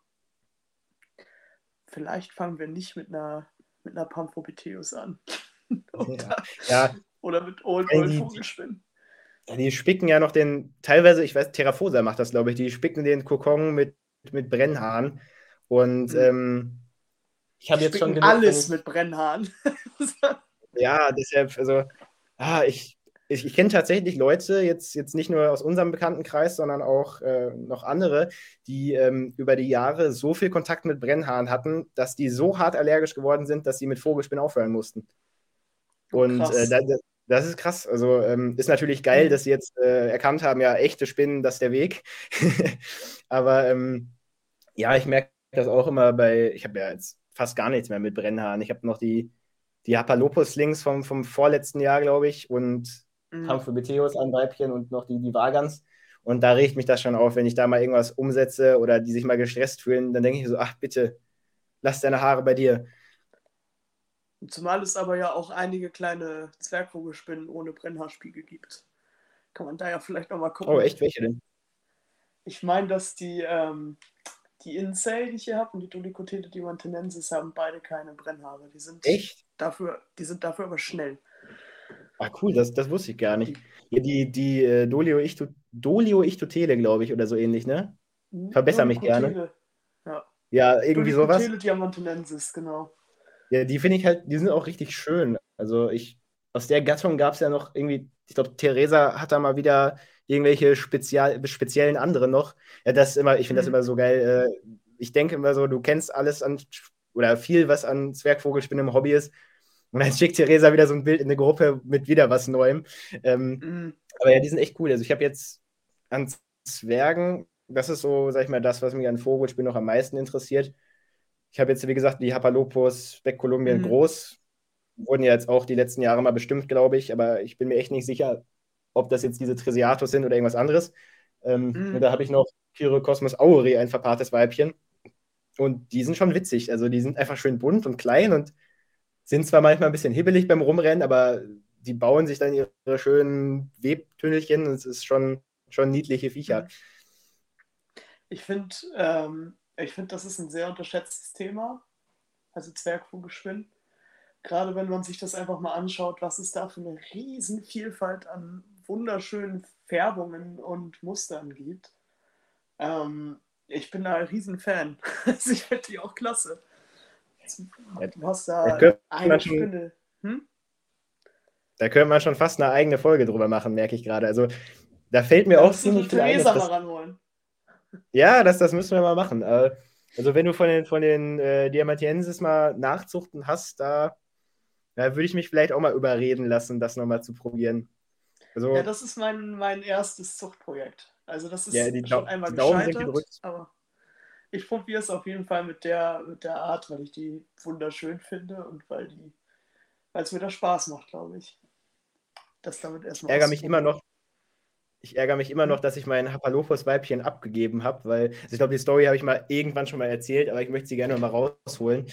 Vielleicht fangen wir nicht mit einer Pamphobeteus an. Ja, oder, ja, oder mit vor allem Vogelspinnen. die spicken ja noch teilweise, ich weiß, Terrafosa macht das, glaube ich, die spicken den Kokon mit Brennhaaren. Und Mhm. ich Die habe jetzt schon spicken genug, wenn alles ich, mit Brennhaaren. ja, deshalb, also, ich kenne tatsächlich Leute, jetzt nicht nur aus unserem Bekanntenkreis, sondern auch noch andere, die über die Jahre so viel Kontakt mit Brennhaaren hatten, dass die so hart allergisch geworden sind, dass sie mit Vogelspinnen aufhören mussten. Oh, Und krass. das ist krass. Also ist natürlich geil, Mhm. dass sie jetzt erkannt haben, ja, echte Spinnen, das ist der Weg. Aber ja, ich merke das auch immer ich habe ja jetzt fast gar nichts mehr mit Brennhaaren. Ich habe noch die Hapalopus-Slings vom vorletzten Jahr, glaube ich, und Mhm. Pamphobeteus ein Weibchen und noch die Vagans. Und da regt mich das schon auf, wenn ich da mal irgendwas umsetze oder die sich mal gestresst fühlen, dann denke ich so, ach bitte, lass deine Haare bei dir. Zumal es aber ja auch einige kleine Zwergvogelspinnen ohne Brennhaarspiegel gibt. Kann man da ja vielleicht nochmal Oh, gucken. echt, welche denn? Ich meine, dass die Incel, die ich hier habe, und die Dolichotele diamantinensis haben beide keine Brennhaare. Echt? Die sind dafür aber schnell. Ah, cool, das wusste ich gar nicht. Die, Ja, die Dolio-Ichtotele, glaube ich, oder so ähnlich, ne? Verbessere mich gerne. Dolichotele. Ja. Ja, irgendwie sowas. Dolichotele diamantinensis, genau. Ja, die finde ich halt, die sind auch richtig schön. Also aus der Gattung gab es ja noch irgendwie, ich glaube, Theresa hat da mal wieder irgendwelche speziellen anderen noch. Ja, ich finde das Mhm. immer so geil. Ich denke immer so, du kennst alles oder viel, was an Zwergvogelspinne im Hobby ist. Und dann schickt Theresa wieder so ein Bild in eine Gruppe mit wieder was Neuem. Ähm, Mhm. aber ja, die sind echt cool. Also ich habe jetzt an Zwergen, das ist so, sag ich mal, das, was mich an Vogelspinnen noch am meisten interessiert. Ich habe jetzt, wie gesagt, die Hapalopus Speckcolumbien Mhm. groß. Wurden ja jetzt auch die letzten Jahre mal bestimmt, glaube ich, aber ich bin mir echt nicht sicher, ob das jetzt diese Trisiatus sind oder irgendwas anderes. Und Mhm. da habe ich noch Pyrrhocosmus aurea, ein verpaartes Weibchen. Und die sind schon witzig. Also die sind einfach schön bunt und klein und sind zwar manchmal ein bisschen hibbelig beim Rumrennen, aber die bauen sich dann ihre schönen Webtünnelchen und es ist schon niedliche Viecher. Mhm. Ich finde, das ist ein sehr unterschätztes Thema, also Zwergvogelspinnen. Gerade wenn man sich das einfach mal anschaut, was es da für eine riesen Vielfalt an wunderschönen Färbungen und Mustern gibt. Ich bin da ein Riesenfan. Also ich finde die auch klasse. Ja, Du hast da da könnte man eine schon, Spinne. Hm? da könnte man schon fast eine eigene Folge drüber machen, merke ich gerade. Also da fällt mir Da auch müsstest du ziemlich viel ein, dass Theresa mal das. ranholen. Ja, das müssen wir mal machen. Also wenn du von den Diamantiensis mal Nachzuchten hast, da würde ich mich vielleicht auch mal überreden lassen, das nochmal zu probieren. Ja, Also, das ist mein erstes Zuchtprojekt. Also das ja, ist schon einmal die Daumen sind gescheitert, gedrückt. aber ich probiere es auf jeden Fall mit der Art, weil ich die wunderschön finde und weil es mir da Spaß macht, glaube ich, das damit Ich erstmal ärgere mich immer auszuprobieren. noch, ich ärgere mich immer Hm? noch, dass ich mein Hapalopus-Weibchen abgegeben habe, weil, also ich glaube, die Story habe ich mal irgendwann schon mal erzählt, aber ich möchte sie gerne mal rausholen.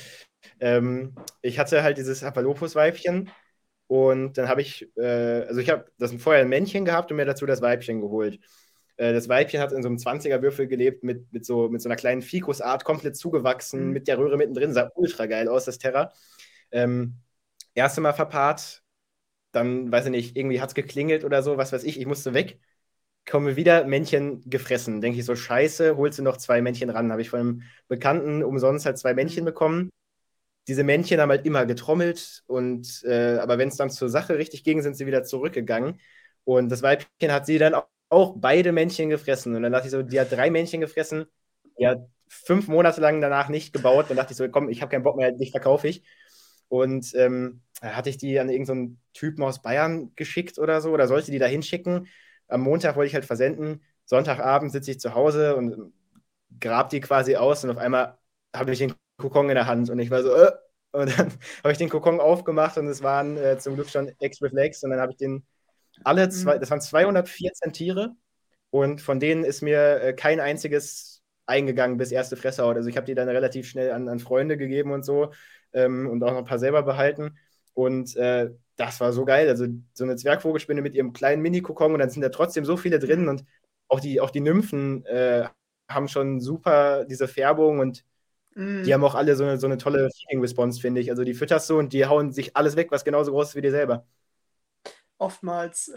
Ich hatte halt dieses Hapalopus-Weibchen und dann habe also ich habe das vorher ein Männchen gehabt und mir dazu das Weibchen geholt. Das Weibchen hat in so einem 20er-Würfel gelebt, mit so einer kleinen Fikusart, komplett zugewachsen, Hm? mit der Röhre mittendrin, sah ultra geil aus, das Terra. Ähm, Erste Mal verpaart, dann, weiß ich nicht, irgendwie hat es geklingelt oder so, was weiß ich musste weg, komme wieder, Männchen gefressen. Denke ich so, scheiße, holst du noch zwei Männchen ran. Habe ich von einem Bekannten umsonst halt zwei Hm? Männchen bekommen. Diese Männchen haben halt immer getrommelt aber wenn es dann zur Sache richtig ging, sind sie wieder zurückgegangen. Und das Weibchen hat sie dann auch beide Männchen gefressen. Und dann dachte ich so, die hat drei Männchen gefressen, die hat 5 Monate lang danach nicht gebaut. Dann dachte ich so, komm, ich habe keinen Bock mehr, dich verkaufe ich. Und da hatte ich die an irgendeinen so Typen aus Bayern geschickt oder so, oder sollte die da hinschicken. Am Montag wollte ich halt versenden. Sonntagabend sitze ich zu Hause und grab die quasi aus und auf einmal habe ich den Kokon in der Hand und ich war so, und dann habe ich den Kokon aufgemacht und es waren zum Glück schon Eggs with Legs und dann habe ich den Hm? das waren 214 Tiere und von denen ist mir kein einziges eingegangen bis erste Fresshaut. Also ich habe die dann relativ schnell an Freunde gegeben und so und auch noch ein paar selber behalten. Und das war so geil. Also so eine Zwergvogelspinne mit ihrem kleinen Mini-Kokon und dann sind da trotzdem so viele drin Hm? und auch die Nymphen haben schon super diese Färbung und die Hm? haben auch alle so eine tolle Feeding-Response, finde ich. Also die fütterst du und die hauen sich alles weg, was genauso groß ist wie dir selber. Oftmals,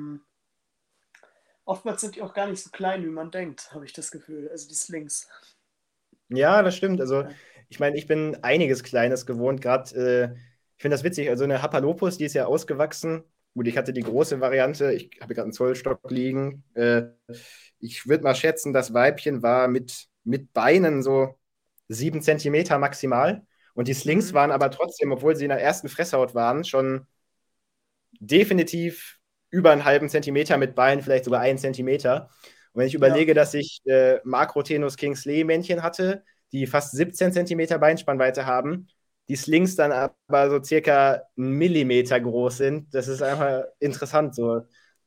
oftmals sind die auch gar nicht so klein, wie man denkt, habe ich das Gefühl. Also die Slings. Ja, das stimmt. Also, Ja. ich meine, ich bin einiges Kleines gewohnt. Gerade, ich finde das witzig. Also, eine Hapalopus, die ist ja ausgewachsen. Gut, ich hatte die große Variante. Ich habe gerade einen Zollstock liegen. Ich würde mal schätzen, das Weibchen war mit Beinen so 7 Zentimeter maximal. Und die Slings Hm? waren aber trotzdem, obwohl sie in der ersten Fresshaut waren, schon definitiv über einen halben Zentimeter mit Beinen, vielleicht sogar 1 Zentimeter. Und wenn ich Ja. überlege, dass ich Macrothenus Kingsley-Männchen hatte, die fast 17 Zentimeter Beinspannweite haben, die Slings dann aber so circa 1 Millimeter groß sind, das ist einfach interessant so.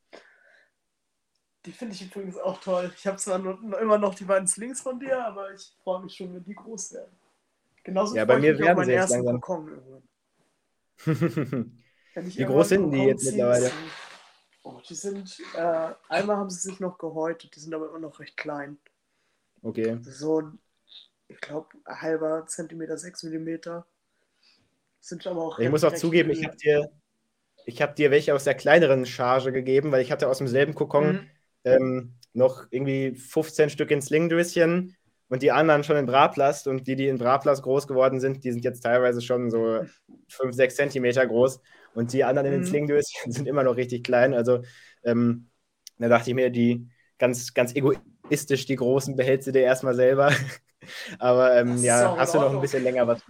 Die finde ich übrigens auch toll. Ich habe zwar immer noch die beiden Slings von dir, aber ich freue mich schon, wenn die groß werden. Genauso Ja, bei freue ich mir mich auf werden meinen sie jetzt ersten langsam. Kokon irgendwann. Wenn ich Wie irgendwann groß einen sind die Kokon jetzt ziehen mittlerweile? kann. Oh, die sind, einmal haben sie sich noch gehäutet, die sind aber immer noch recht klein. Okay. So, ich glaube, halber Zentimeter, 6 Millimeter. Sind aber auch Ich muss recht, auch recht zugeben, kühl. ich habe dir welche aus der kleineren Charge gegeben, weil ich hatte aus demselben Kokon Mhm. noch irgendwie 15 Stück in Slingdöschen und die anderen schon in Braplast und die in Braplast groß geworden sind, die sind jetzt teilweise schon so 5, 6 Zentimeter groß und die anderen in den Slingdöschen sind immer noch richtig klein. Also da dachte ich mir, die ganz, ganz egoistisch, die großen behältst du dir erstmal selber. Aber Das ist ja, auch in hast du noch ein Ordnung. bisschen länger was.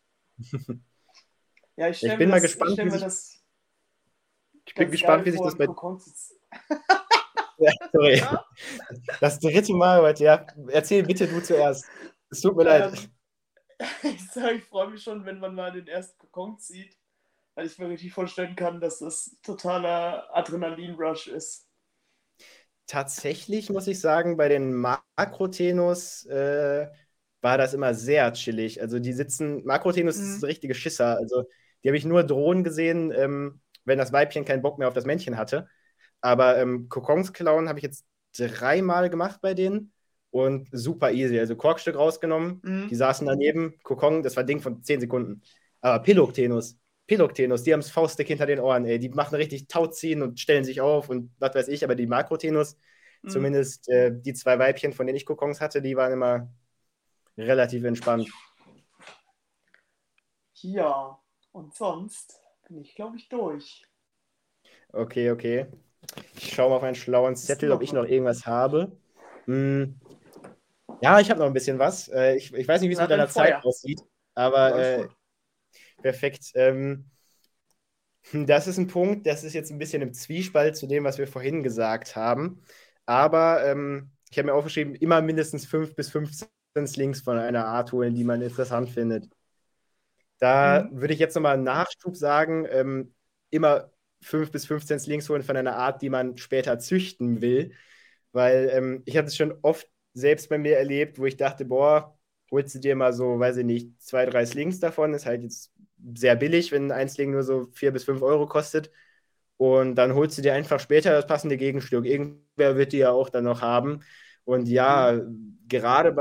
Ja, Ich bin mal ich gespannt, stell wie mir sich, das ich bin ganz gespannt, geil wie sich vor, das im bei. Kokon zu sitzen. Ja, sorry. Ja? Das dritte Mal heute, ja. Erzähl bitte du zuerst. Es tut mir leid. Ich sage, ich freue mich schon, wenn man mal den ersten Kokon zieht, weil ich mir richtig vorstellen kann, dass das totaler Adrenalin-Rush ist. Tatsächlich muss ich sagen, bei den Makrotenus war das immer sehr chillig. Also Makrotenus ist so richtige Schisser. Also die habe ich nur drohen gesehen, wenn das Weibchen keinen Bock mehr auf das Männchen hatte. Aber Kokons klauen habe ich jetzt 3-mal gemacht bei denen und super easy. Also Korkstück rausgenommen, die saßen daneben, Kokon, das war ein Ding von 10 Sekunden. Aber Piloktenus, die haben das Faustdick hinter den Ohren, ey. Die machen richtig Tauziehen und stellen sich auf und was weiß ich, aber die Makrotenus, zumindest die 2 Weibchen, von denen ich Kokons hatte, die waren immer relativ entspannt. Ja, und sonst bin ich, glaube ich, durch. Okay, okay. Ich schaue mal auf meinen schlauen Ist Zettel, ob noch ich was? noch irgendwas habe. Hm. Ja, ich habe noch ein bisschen was. Ich weiß nicht, wie es Na mit dann deiner Zeit Feuer. aussieht, aber Alles gut. perfekt. Das ist ein Punkt, das ist jetzt ein bisschen im Zwiespalt zu dem, was wir vorhin gesagt haben. Aber ich habe mir aufgeschrieben, immer mindestens 5 bis 15 Slings von einer Art holen, die man interessant findet. Da würde ich jetzt nochmal einen Nachschub sagen, immer 5 bis 15 Slings holen von einer Art, die man später züchten will. Weil ich hatte es schon oft selbst bei mir erlebt, wo ich dachte, boah, holst du dir mal so, weiß ich nicht, 2, 3 Slings davon, ist halt jetzt sehr billig, wenn ein Sling nur so 4 bis 5 Euro kostet. Und dann holst du dir einfach später das passende Gegenstück. Irgendwer wird die ja auch dann noch haben. Und ja, gerade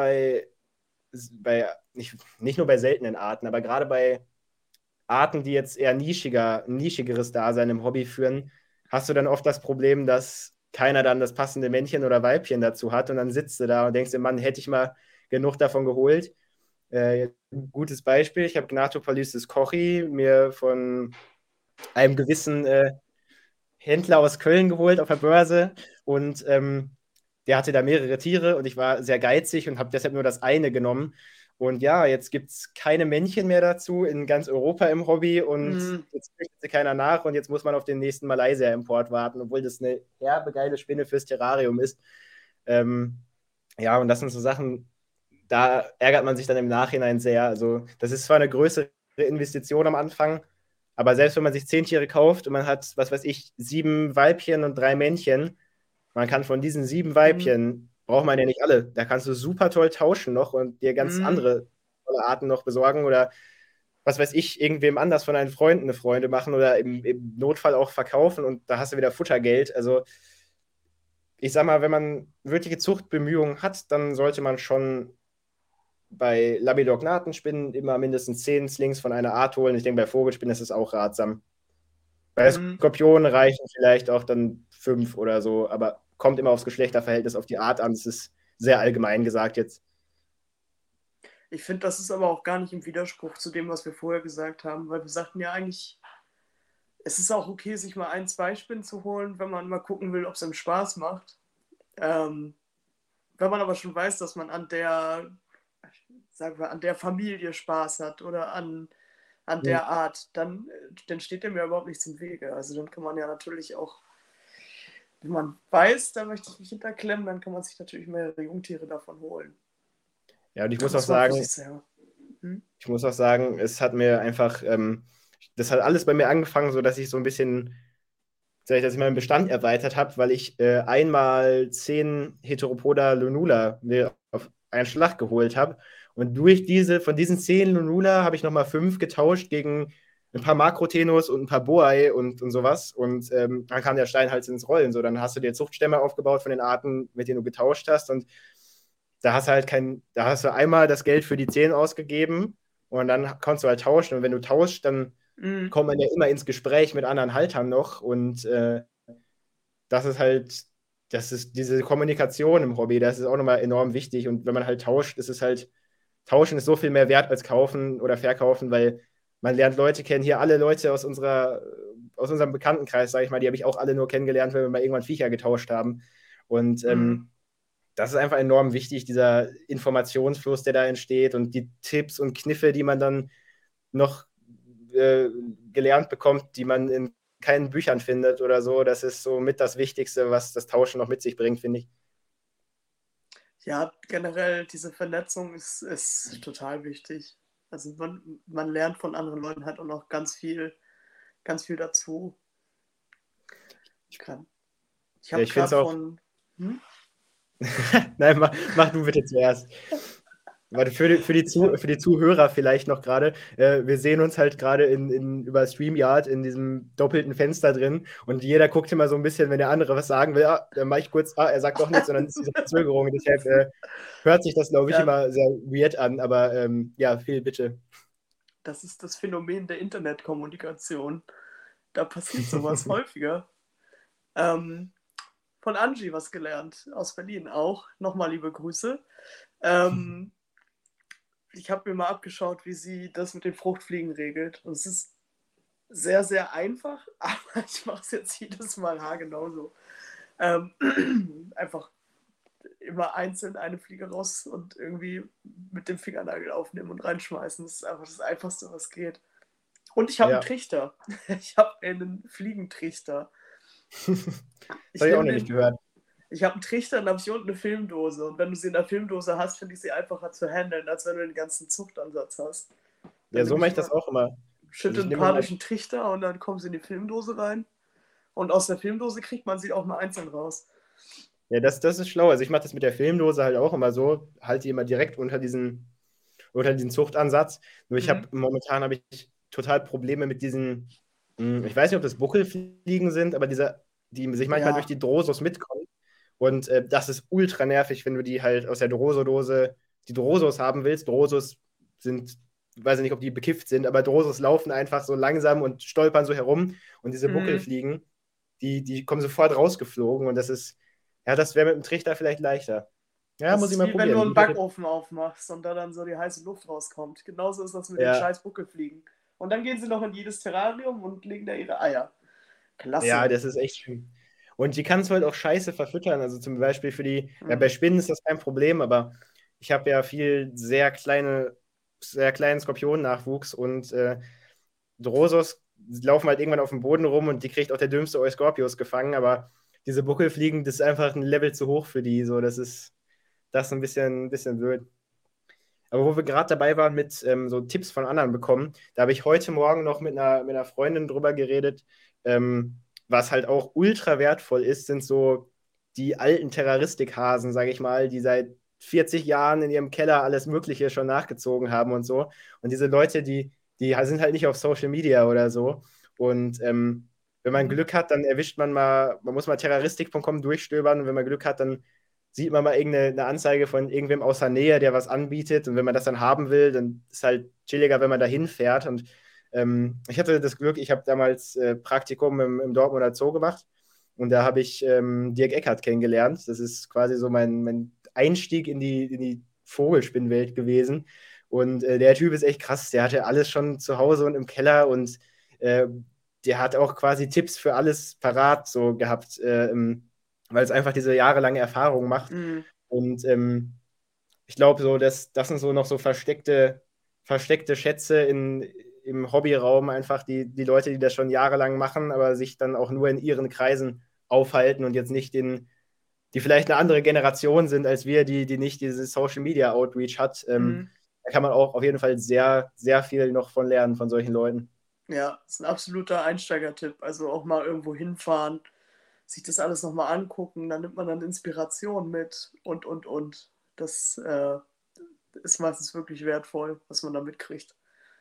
nicht nur bei seltenen Arten, aber gerade bei Arten, die jetzt eher nischigeres Dasein im Hobby führen, hast du dann oft das Problem, dass keiner dann das passende Männchen oder Weibchen dazu hat und dann sitzt du da und denkst dir, Mann, hätte ich mal genug davon geholt. Ein gutes Beispiel, ich habe Gnatopalystis kochi mir von einem gewissen Händler aus Köln geholt auf der Börse und der hatte da mehrere Tiere und ich war sehr geizig und habe deshalb nur das eine genommen. Und ja, jetzt gibt es keine Männchen mehr dazu in ganz Europa im Hobby und jetzt möchte sie keiner nach und jetzt muss man auf den nächsten Malaysia-Import warten, obwohl das eine herbe geile Spinne fürs Terrarium ist. Ähm, ja, und das sind so Sachen, da ärgert man sich dann im Nachhinein sehr. Also, das ist zwar eine größere Investition am Anfang, aber selbst wenn man sich 10 Tiere kauft und man hat, was weiß ich, 7 Weibchen und 3 Männchen, man kann von diesen 7 Weibchen, braucht man ja nicht alle, da kannst du super toll tauschen noch und dir ganz andere tolle Arten noch besorgen oder was weiß ich, irgendwem anders von deinen Freunden eine Freunde machen oder im Notfall auch verkaufen und da hast du wieder Futtergeld. Also ich sag mal, wenn man wirkliche Zuchtbemühungen hat, dann sollte man schon bei Labidognatenspinnen immer mindestens 10 Slings von einer Art holen. Ich denke, bei Vogelspinnen ist es auch ratsam. Bei Skorpionen reichen vielleicht auch dann 5 oder so, aber kommt immer aufs Geschlechterverhältnis, auf die Art an. Das ist sehr allgemein gesagt jetzt. Ich finde, das ist aber auch gar nicht im Widerspruch zu dem, was wir vorher gesagt haben, weil wir sagten ja eigentlich, es ist auch okay, sich mal 1, 2 Spinnen zu holen, wenn man mal gucken will, ob es einem Spaß macht. Wenn man aber schon weiß, dass man an der, sagen wir, an der Familie Spaß hat oder an der Art, dann steht dem ja überhaupt nichts im Wege. Also dann kann man ja natürlich auch, wenn man weiß, da möchte ich mich hinterklemmen, dann kann man sich natürlich mehrere Jungtiere davon holen. Ja, und Das muss man für sich selber. ich muss auch sagen, es hat mir einfach, das hat alles bei mir angefangen, so dass ich so ein bisschen, dass ich meinen Bestand erweitert habe, weil ich einmal 10 Heteropoda Lunula mir auf einen Schlag geholt habe. Und von diesen 10 Lunula habe ich nochmal 5 getauscht gegen ein paar Makrotenus und ein paar Boai und sowas. Und dann kam der Steinhals ins Rollen. So, dann hast du dir Zuchtstämme aufgebaut von den Arten, mit denen du getauscht hast. Und da hast du einmal das Geld für die 10 ausgegeben und dann kannst du halt tauschen. Und wenn du tauschst, dann kommt man ja immer ins Gespräch mit anderen Haltern noch. Und das ist halt, das ist diese Kommunikation im Hobby, das ist auch nochmal enorm wichtig. Und wenn man halt tauscht, ist es halt, tauschen ist so viel mehr wert als kaufen oder verkaufen, weil man lernt Leute kennen, hier alle Leute aus unserer aus unserem Bekanntenkreis, sage ich mal, die habe ich auch alle nur kennengelernt, weil wir mal irgendwann Viecher getauscht haben. Und das ist einfach enorm wichtig, dieser Informationsfluss, der da entsteht und die Tipps und Kniffe, die man dann noch gelernt bekommt, die man in keinen Büchern findet oder so. Das ist so mit das Wichtigste, was das Tauschen noch mit sich bringt, finde ich. Ja, generell diese Vernetzung ist total wichtig. Also man lernt von anderen Leuten halt auch noch ganz viel dazu. Ich habe Ich finde es gerade auch. von. Hm? Nein, mach du bitte zuerst. Warte, für die Zuhörer vielleicht noch gerade. Wir sehen uns halt gerade über StreamYard in diesem doppelten Fenster drin und jeder guckt immer so ein bisschen, wenn der andere was sagen will, dann mache ich kurz, er sagt doch nichts und dann ist diese Verzögerung. Deshalb hört sich das, glaube ich, immer sehr weird an, aber ja, Phil, bitte. Das ist das Phänomen der Internetkommunikation. Da passiert sowas häufiger. Von Angie was gelernt, aus Berlin auch. Nochmal liebe Grüße. Ich habe mir mal abgeschaut, wie sie das mit den Fruchtfliegen regelt. Und es ist sehr, sehr einfach, aber ich mache es jetzt jedes Mal haargenau so. Einfach immer einzeln eine Fliege raus und irgendwie mit dem Fingernagel aufnehmen und reinschmeißen. Das ist einfach das Einfachste, was geht. Und ich habe einen Trichter. Ich habe einen Fliegentrichter. Das habe ich auch noch nicht gehört. Ich habe einen Trichter und habe hier unten eine Filmdose. Und wenn du sie in der Filmdose hast, finde ich sie einfacher zu handeln, als wenn du den ganzen Zuchtansatz hast. Ja, so mache ich das auch immer. Schütte einen padischen Trichter und dann kommen sie in die Filmdose rein. Und aus der Filmdose kriegt man sie auch mal einzeln raus. Ja, das ist schlau. Also ich mache das mit der Filmdose halt auch immer so, halte die immer direkt unter diesen Zuchtansatz. Nur momentan habe ich total Probleme mit diesen, ich weiß nicht, ob das Buckelfliegen sind, aber die sich manchmal durch die Drosos mitkommen. Und das ist ultra nervig, wenn du die halt aus der Droso-Dose, die Drosos haben willst. Drosos sind, ich weiß nicht, ob die bekifft sind, aber Drosos laufen einfach so langsam und stolpern so herum. Und diese Buckelfliegen, die kommen sofort rausgeflogen. Und das wäre mit dem Trichter vielleicht leichter. Ja, das muss ich ist mal wie probieren. Wenn du einen Backofen aufmachst und da dann so die heiße Luft rauskommt. Genauso ist das mit den scheiß Buckelfliegen. Und dann gehen sie noch in jedes Terrarium und legen da ihre Eier. Klasse. Ja, das ist echt schön. Und die kannst du halt auch scheiße verfüttern. Also zum Beispiel bei Spinnen ist das kein Problem, aber ich habe ja viel sehr kleinen Skorpionnachwuchs und Drosos laufen halt irgendwann auf dem Boden rum und die kriegt auch der dümmste Euskorpius gefangen, aber diese Buckelfliegen, das ist einfach ein Level zu hoch für die. So, das ist ein bisschen blöd. Aber wo wir gerade dabei waren mit so Tipps von anderen bekommen, da habe ich heute Morgen noch mit einer Freundin drüber geredet, was halt auch ultra wertvoll ist, sind so die alten Terroristikhasen, sage ich mal, die seit 40 Jahren in ihrem Keller alles Mögliche schon nachgezogen haben und so. Und diese Leute, die sind halt nicht auf Social Media oder so. Und wenn man Glück hat, dann erwischt man muss mal terroristik.com durchstöbern und wenn man Glück hat, dann sieht man mal irgendeine Anzeige von irgendwem aus der Nähe, der was anbietet. Und wenn man das dann haben will, dann ist halt chilliger, wenn man da hinfährt. Und ich hatte das Glück, ich habe damals Praktikum im Dortmunder Zoo gemacht. Und da habe ich Dirk Eckert kennengelernt. Das ist quasi so mein Einstieg in die Vogelspinnwelt gewesen. Und der Typ ist echt krass. Der hatte alles schon zu Hause und im Keller und der hat auch quasi Tipps für alles parat so gehabt, weil es einfach diese jahrelange Erfahrung macht. Und ich glaube, so, das sind so noch so versteckte Schätze im Hobbyraum, einfach die Leute, die das schon jahrelang machen, aber sich dann auch nur in ihren Kreisen aufhalten und jetzt nicht die vielleicht eine andere Generation sind als wir, die nicht dieses Social Media Outreach hat. Da kann man auch auf jeden Fall sehr, sehr viel noch von lernen von solchen Leuten. Ja, das ist ein absoluter Einsteigertipp. Also auch mal irgendwo hinfahren, sich das alles nochmal angucken, dann nimmt man dann Inspiration mit und. Das ist meistens wirklich wertvoll, was man da mitkriegt.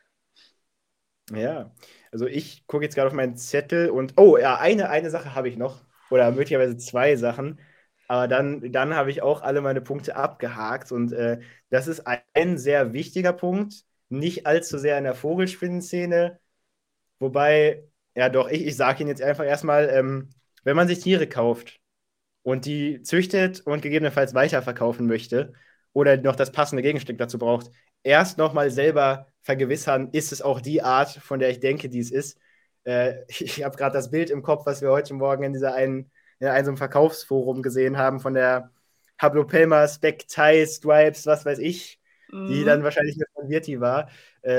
Ja, also ich gucke jetzt gerade auf meinen Zettel und, oh ja, eine Sache habe ich noch, oder möglicherweise zwei Sachen, aber dann habe ich auch alle meine Punkte abgehakt und das ist ein sehr wichtiger Punkt, nicht allzu sehr in der Vogelspinnenszene, wobei, ja doch, ich sage Ihnen jetzt einfach erstmal, wenn man sich Tiere kauft und die züchtet und gegebenenfalls weiterverkaufen möchte oder noch das passende Gegenstück dazu braucht, erst nochmal selber vergewissern, ist es auch die Art, von der ich denke, die es ist. Ich habe gerade das Bild im Kopf, was wir heute Morgen in einem so einem Verkaufsforum gesehen haben von der Hablopelma Spec Tie Stripes, was weiß ich, die dann Mhm. wahrscheinlich eine von Virti war.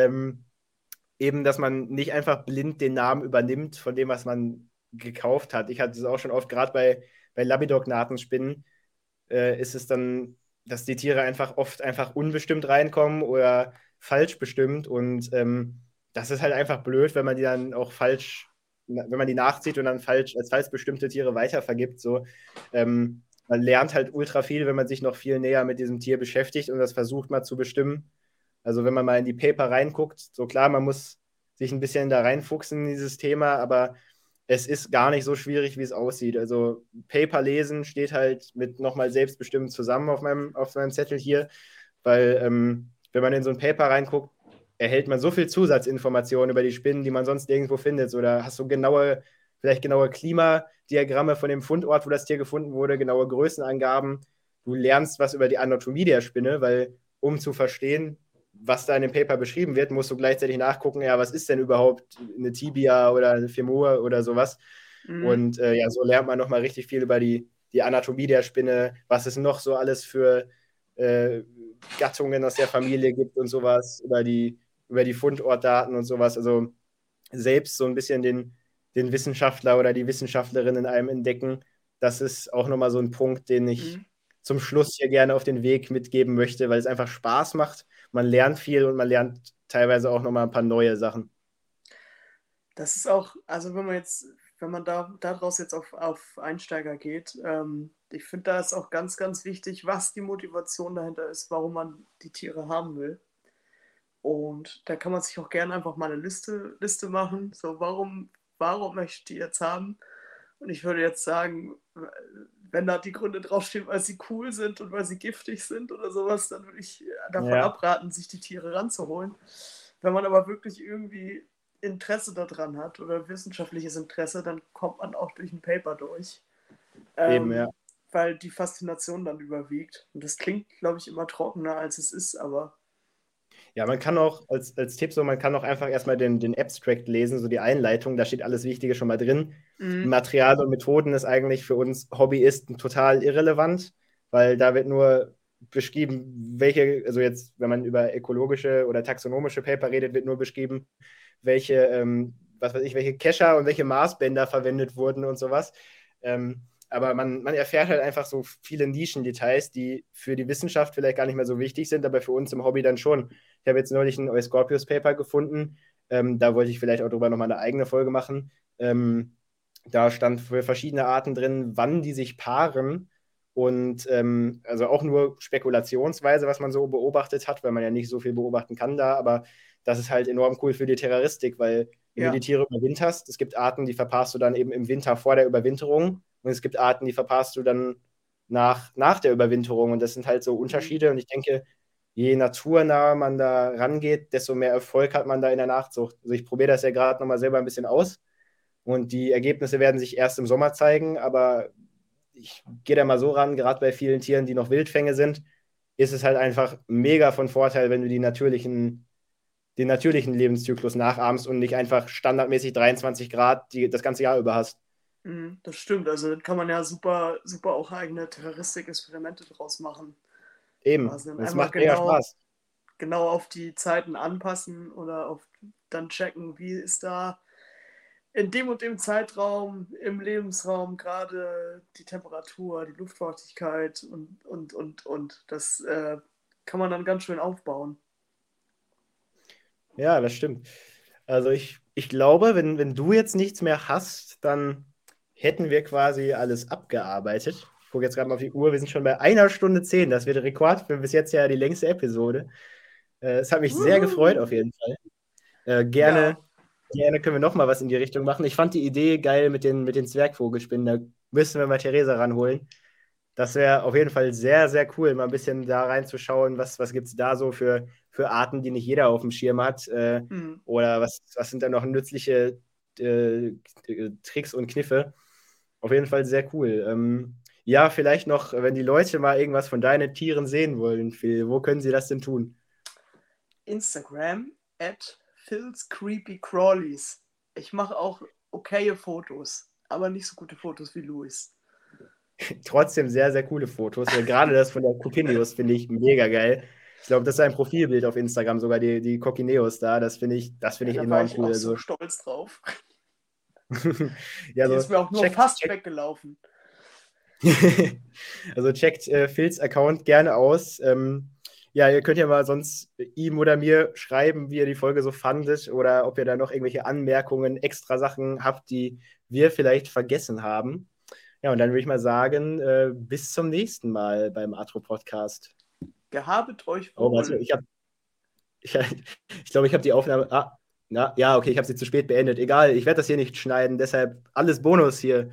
Eben, dass man nicht einfach blind den Namen übernimmt von dem, was man gekauft hat. Ich hatte es auch schon oft, gerade bei Labrador-Gnadenspinnen, ist es dann, dass die Tiere einfach oft einfach unbestimmt reinkommen oder falsch bestimmt. Und das ist halt einfach blöd, wenn man die dann auch wenn man die nachzieht und dann als falsch bestimmte Tiere weitervergibt. So. Man lernt halt ultra viel, wenn man sich noch viel näher mit diesem Tier beschäftigt und das versucht mal zu bestimmen. Also wenn man mal in die Paper reinguckt, so klar, man muss sich ein bisschen da reinfuchsen in dieses Thema, aber es ist gar nicht so schwierig, wie es aussieht. Also Paper lesen steht halt mit nochmal selbstbestimmt zusammen auf meinem Zettel hier, weil wenn man in so ein Paper reinguckt, erhält man so viel Zusatzinformationen über die Spinnen, die man sonst irgendwo findet. Oder hast du vielleicht genaue Klimadiagramme von dem Fundort, wo das Tier gefunden wurde, genaue Größenangaben. Du lernst was über die Anatomie der Spinne, weil um zu verstehen, was da in dem Paper beschrieben wird, musst du gleichzeitig nachgucken, ja, was ist denn überhaupt eine Tibia oder eine Femur oder sowas. Mhm. Und ja, so lernt man nochmal richtig viel über die Anatomie der Spinne, was es noch so alles für äh, Gattungen aus der Familie gibt und sowas, über die Fundortdaten und sowas. Also selbst so ein bisschen den Wissenschaftler oder die Wissenschaftlerin in einem entdecken, das ist auch nochmal so ein Punkt, den ich Mhm. zum Schluss hier gerne auf den Weg mitgeben möchte, weil es einfach Spaß macht. Man lernt viel und man lernt teilweise auch nochmal ein paar neue Sachen. Das ist auch, also wenn man daraus jetzt auf Einsteiger geht, ich finde, da ist auch ganz, ganz wichtig, was die Motivation dahinter ist, warum man die Tiere haben will. Und da kann man sich auch gerne einfach mal eine Liste machen. So, warum möchte ich die jetzt haben? Und ich würde jetzt sagen, wenn da die Gründe draufstehen, weil sie cool sind und weil sie giftig sind oder sowas, dann würde ich davon Ja, abraten, sich die Tiere ranzuholen. Wenn man aber wirklich irgendwie Interesse daran hat oder wissenschaftliches Interesse, dann kommt man auch durch ein Paper durch, eben, ja. ähm, weil die Faszination dann überwiegt. Und das klingt, glaube ich, immer trockener, als es ist, aber Ja, man kann auch als Tipp so, man kann auch einfach erstmal den Abstract lesen, so die Einleitung, da steht alles Wichtige schon mal drin. mhm. Material und Methoden ist eigentlich für uns Hobbyisten total irrelevant, weil da wird nur beschrieben, also jetzt, wenn man über ökologische oder taxonomische Paper redet, wird nur beschrieben, was weiß ich, welche Kescher und welche Maßbänder verwendet wurden und sowas. Aber man erfährt halt einfach so viele Nischendetails, die für die Wissenschaft vielleicht gar nicht mehr so wichtig sind, aber für uns im Hobby dann schon. Ich habe jetzt neulich ein Euscorpius-Paper gefunden. Da wollte ich vielleicht auch drüber nochmal eine eigene Folge machen. Da stand für verschiedene Arten drin, wann die sich paaren. Und also auch nur spekulationsweise, was man so beobachtet hat, weil man ja nicht so viel beobachten kann da. Aber das ist halt enorm cool für die Terroristik, weil wenn du die Ja. Tiere überwinterst, es gibt Arten, die verpasst du dann eben im Winter vor der Überwinterung. Und es gibt Arten, die verpasst du dann nach der Überwinterung. Und das sind halt so Mhm. Unterschiede. Und ich denke, je naturnah man da rangeht, desto mehr Erfolg hat man da in der Nachzucht. Also ich probiere das ja gerade nochmal selber ein bisschen aus und die Ergebnisse werden sich erst im Sommer zeigen, aber ich gehe da mal so ran, gerade bei vielen Tieren, die noch Wildfänge sind, ist es halt einfach mega von Vorteil, wenn du den natürlichen Lebenszyklus nachahmst und nicht einfach standardmäßig 23 Grad das ganze Jahr über hast. Mhm. Das stimmt. Also dann kann man ja super, super auch eigene Terroristik-Experimente draus machen. Eben. Quasi dann Und es einmal macht mega Spaß. genau auf die Zeiten anpassen oder dann checken, wie ist da in dem und dem Zeitraum im Lebensraum gerade die Temperatur, die Luftfeuchtigkeit und. Das kann man dann ganz schön aufbauen. Ja, das stimmt. Also ich glaube, wenn du jetzt nichts mehr hast, dann hätten wir quasi alles abgearbeitet. Ich gucke jetzt gerade mal auf die Uhr, wir sind schon bei 1 Stunde 10. Das wird der Rekord für bis jetzt ja die längste Episode. Es hat mich sehr gefreut, auf Wuhu! jeden Fall. Ja, Gerne können wir noch mal was in die Richtung machen. Ich fand die Idee geil mit den Zwergvogelspinnen. Da müssen wir mal Theresa ranholen. Das wäre auf jeden Fall sehr, sehr cool, mal ein bisschen da reinzuschauen, was gibt es da so für Arten, die nicht jeder auf dem Schirm hat. hm. Oder was sind da noch nützliche äh, Tricks und Kniffe. Auf jeden Fall sehr cool. Ja, vielleicht noch, wenn die Leute mal irgendwas von deinen Tieren sehen wollen, Phil, wo können sie das denn tun? Instagram at Phil's Creepy Crawlies. Ich mache auch okaye Fotos, aber nicht so gute Fotos wie Luis. Trotzdem sehr, sehr coole Fotos. Gerade das von der Coquineus finde ich mega geil. Ich glaube, das ist ein Profilbild auf Instagram, sogar die Coquineus da. Das finde ich Ja, da war enorm ich cool. auch so Also, stolz drauf. ja, Die so ist mir auch nur fast weggelaufen. Also checkt Phils Account gerne aus. Ja, ihr könnt ja mal sonst ihm oder mir schreiben, wie ihr die Folge so fandet oder ob ihr da noch irgendwelche Anmerkungen, extra Sachen habt, die wir vielleicht vergessen haben. Ja, und dann würde ich mal sagen, bis zum nächsten Mal beim Atro-Podcast. Gehabet euch Oh, warte, wohl. ich, ich glaube, ich habe die Aufnahme. Ja, okay, ich habe sie zu spät beendet. Egal, ich werde das hier nicht schneiden, deshalb alles Bonus hier.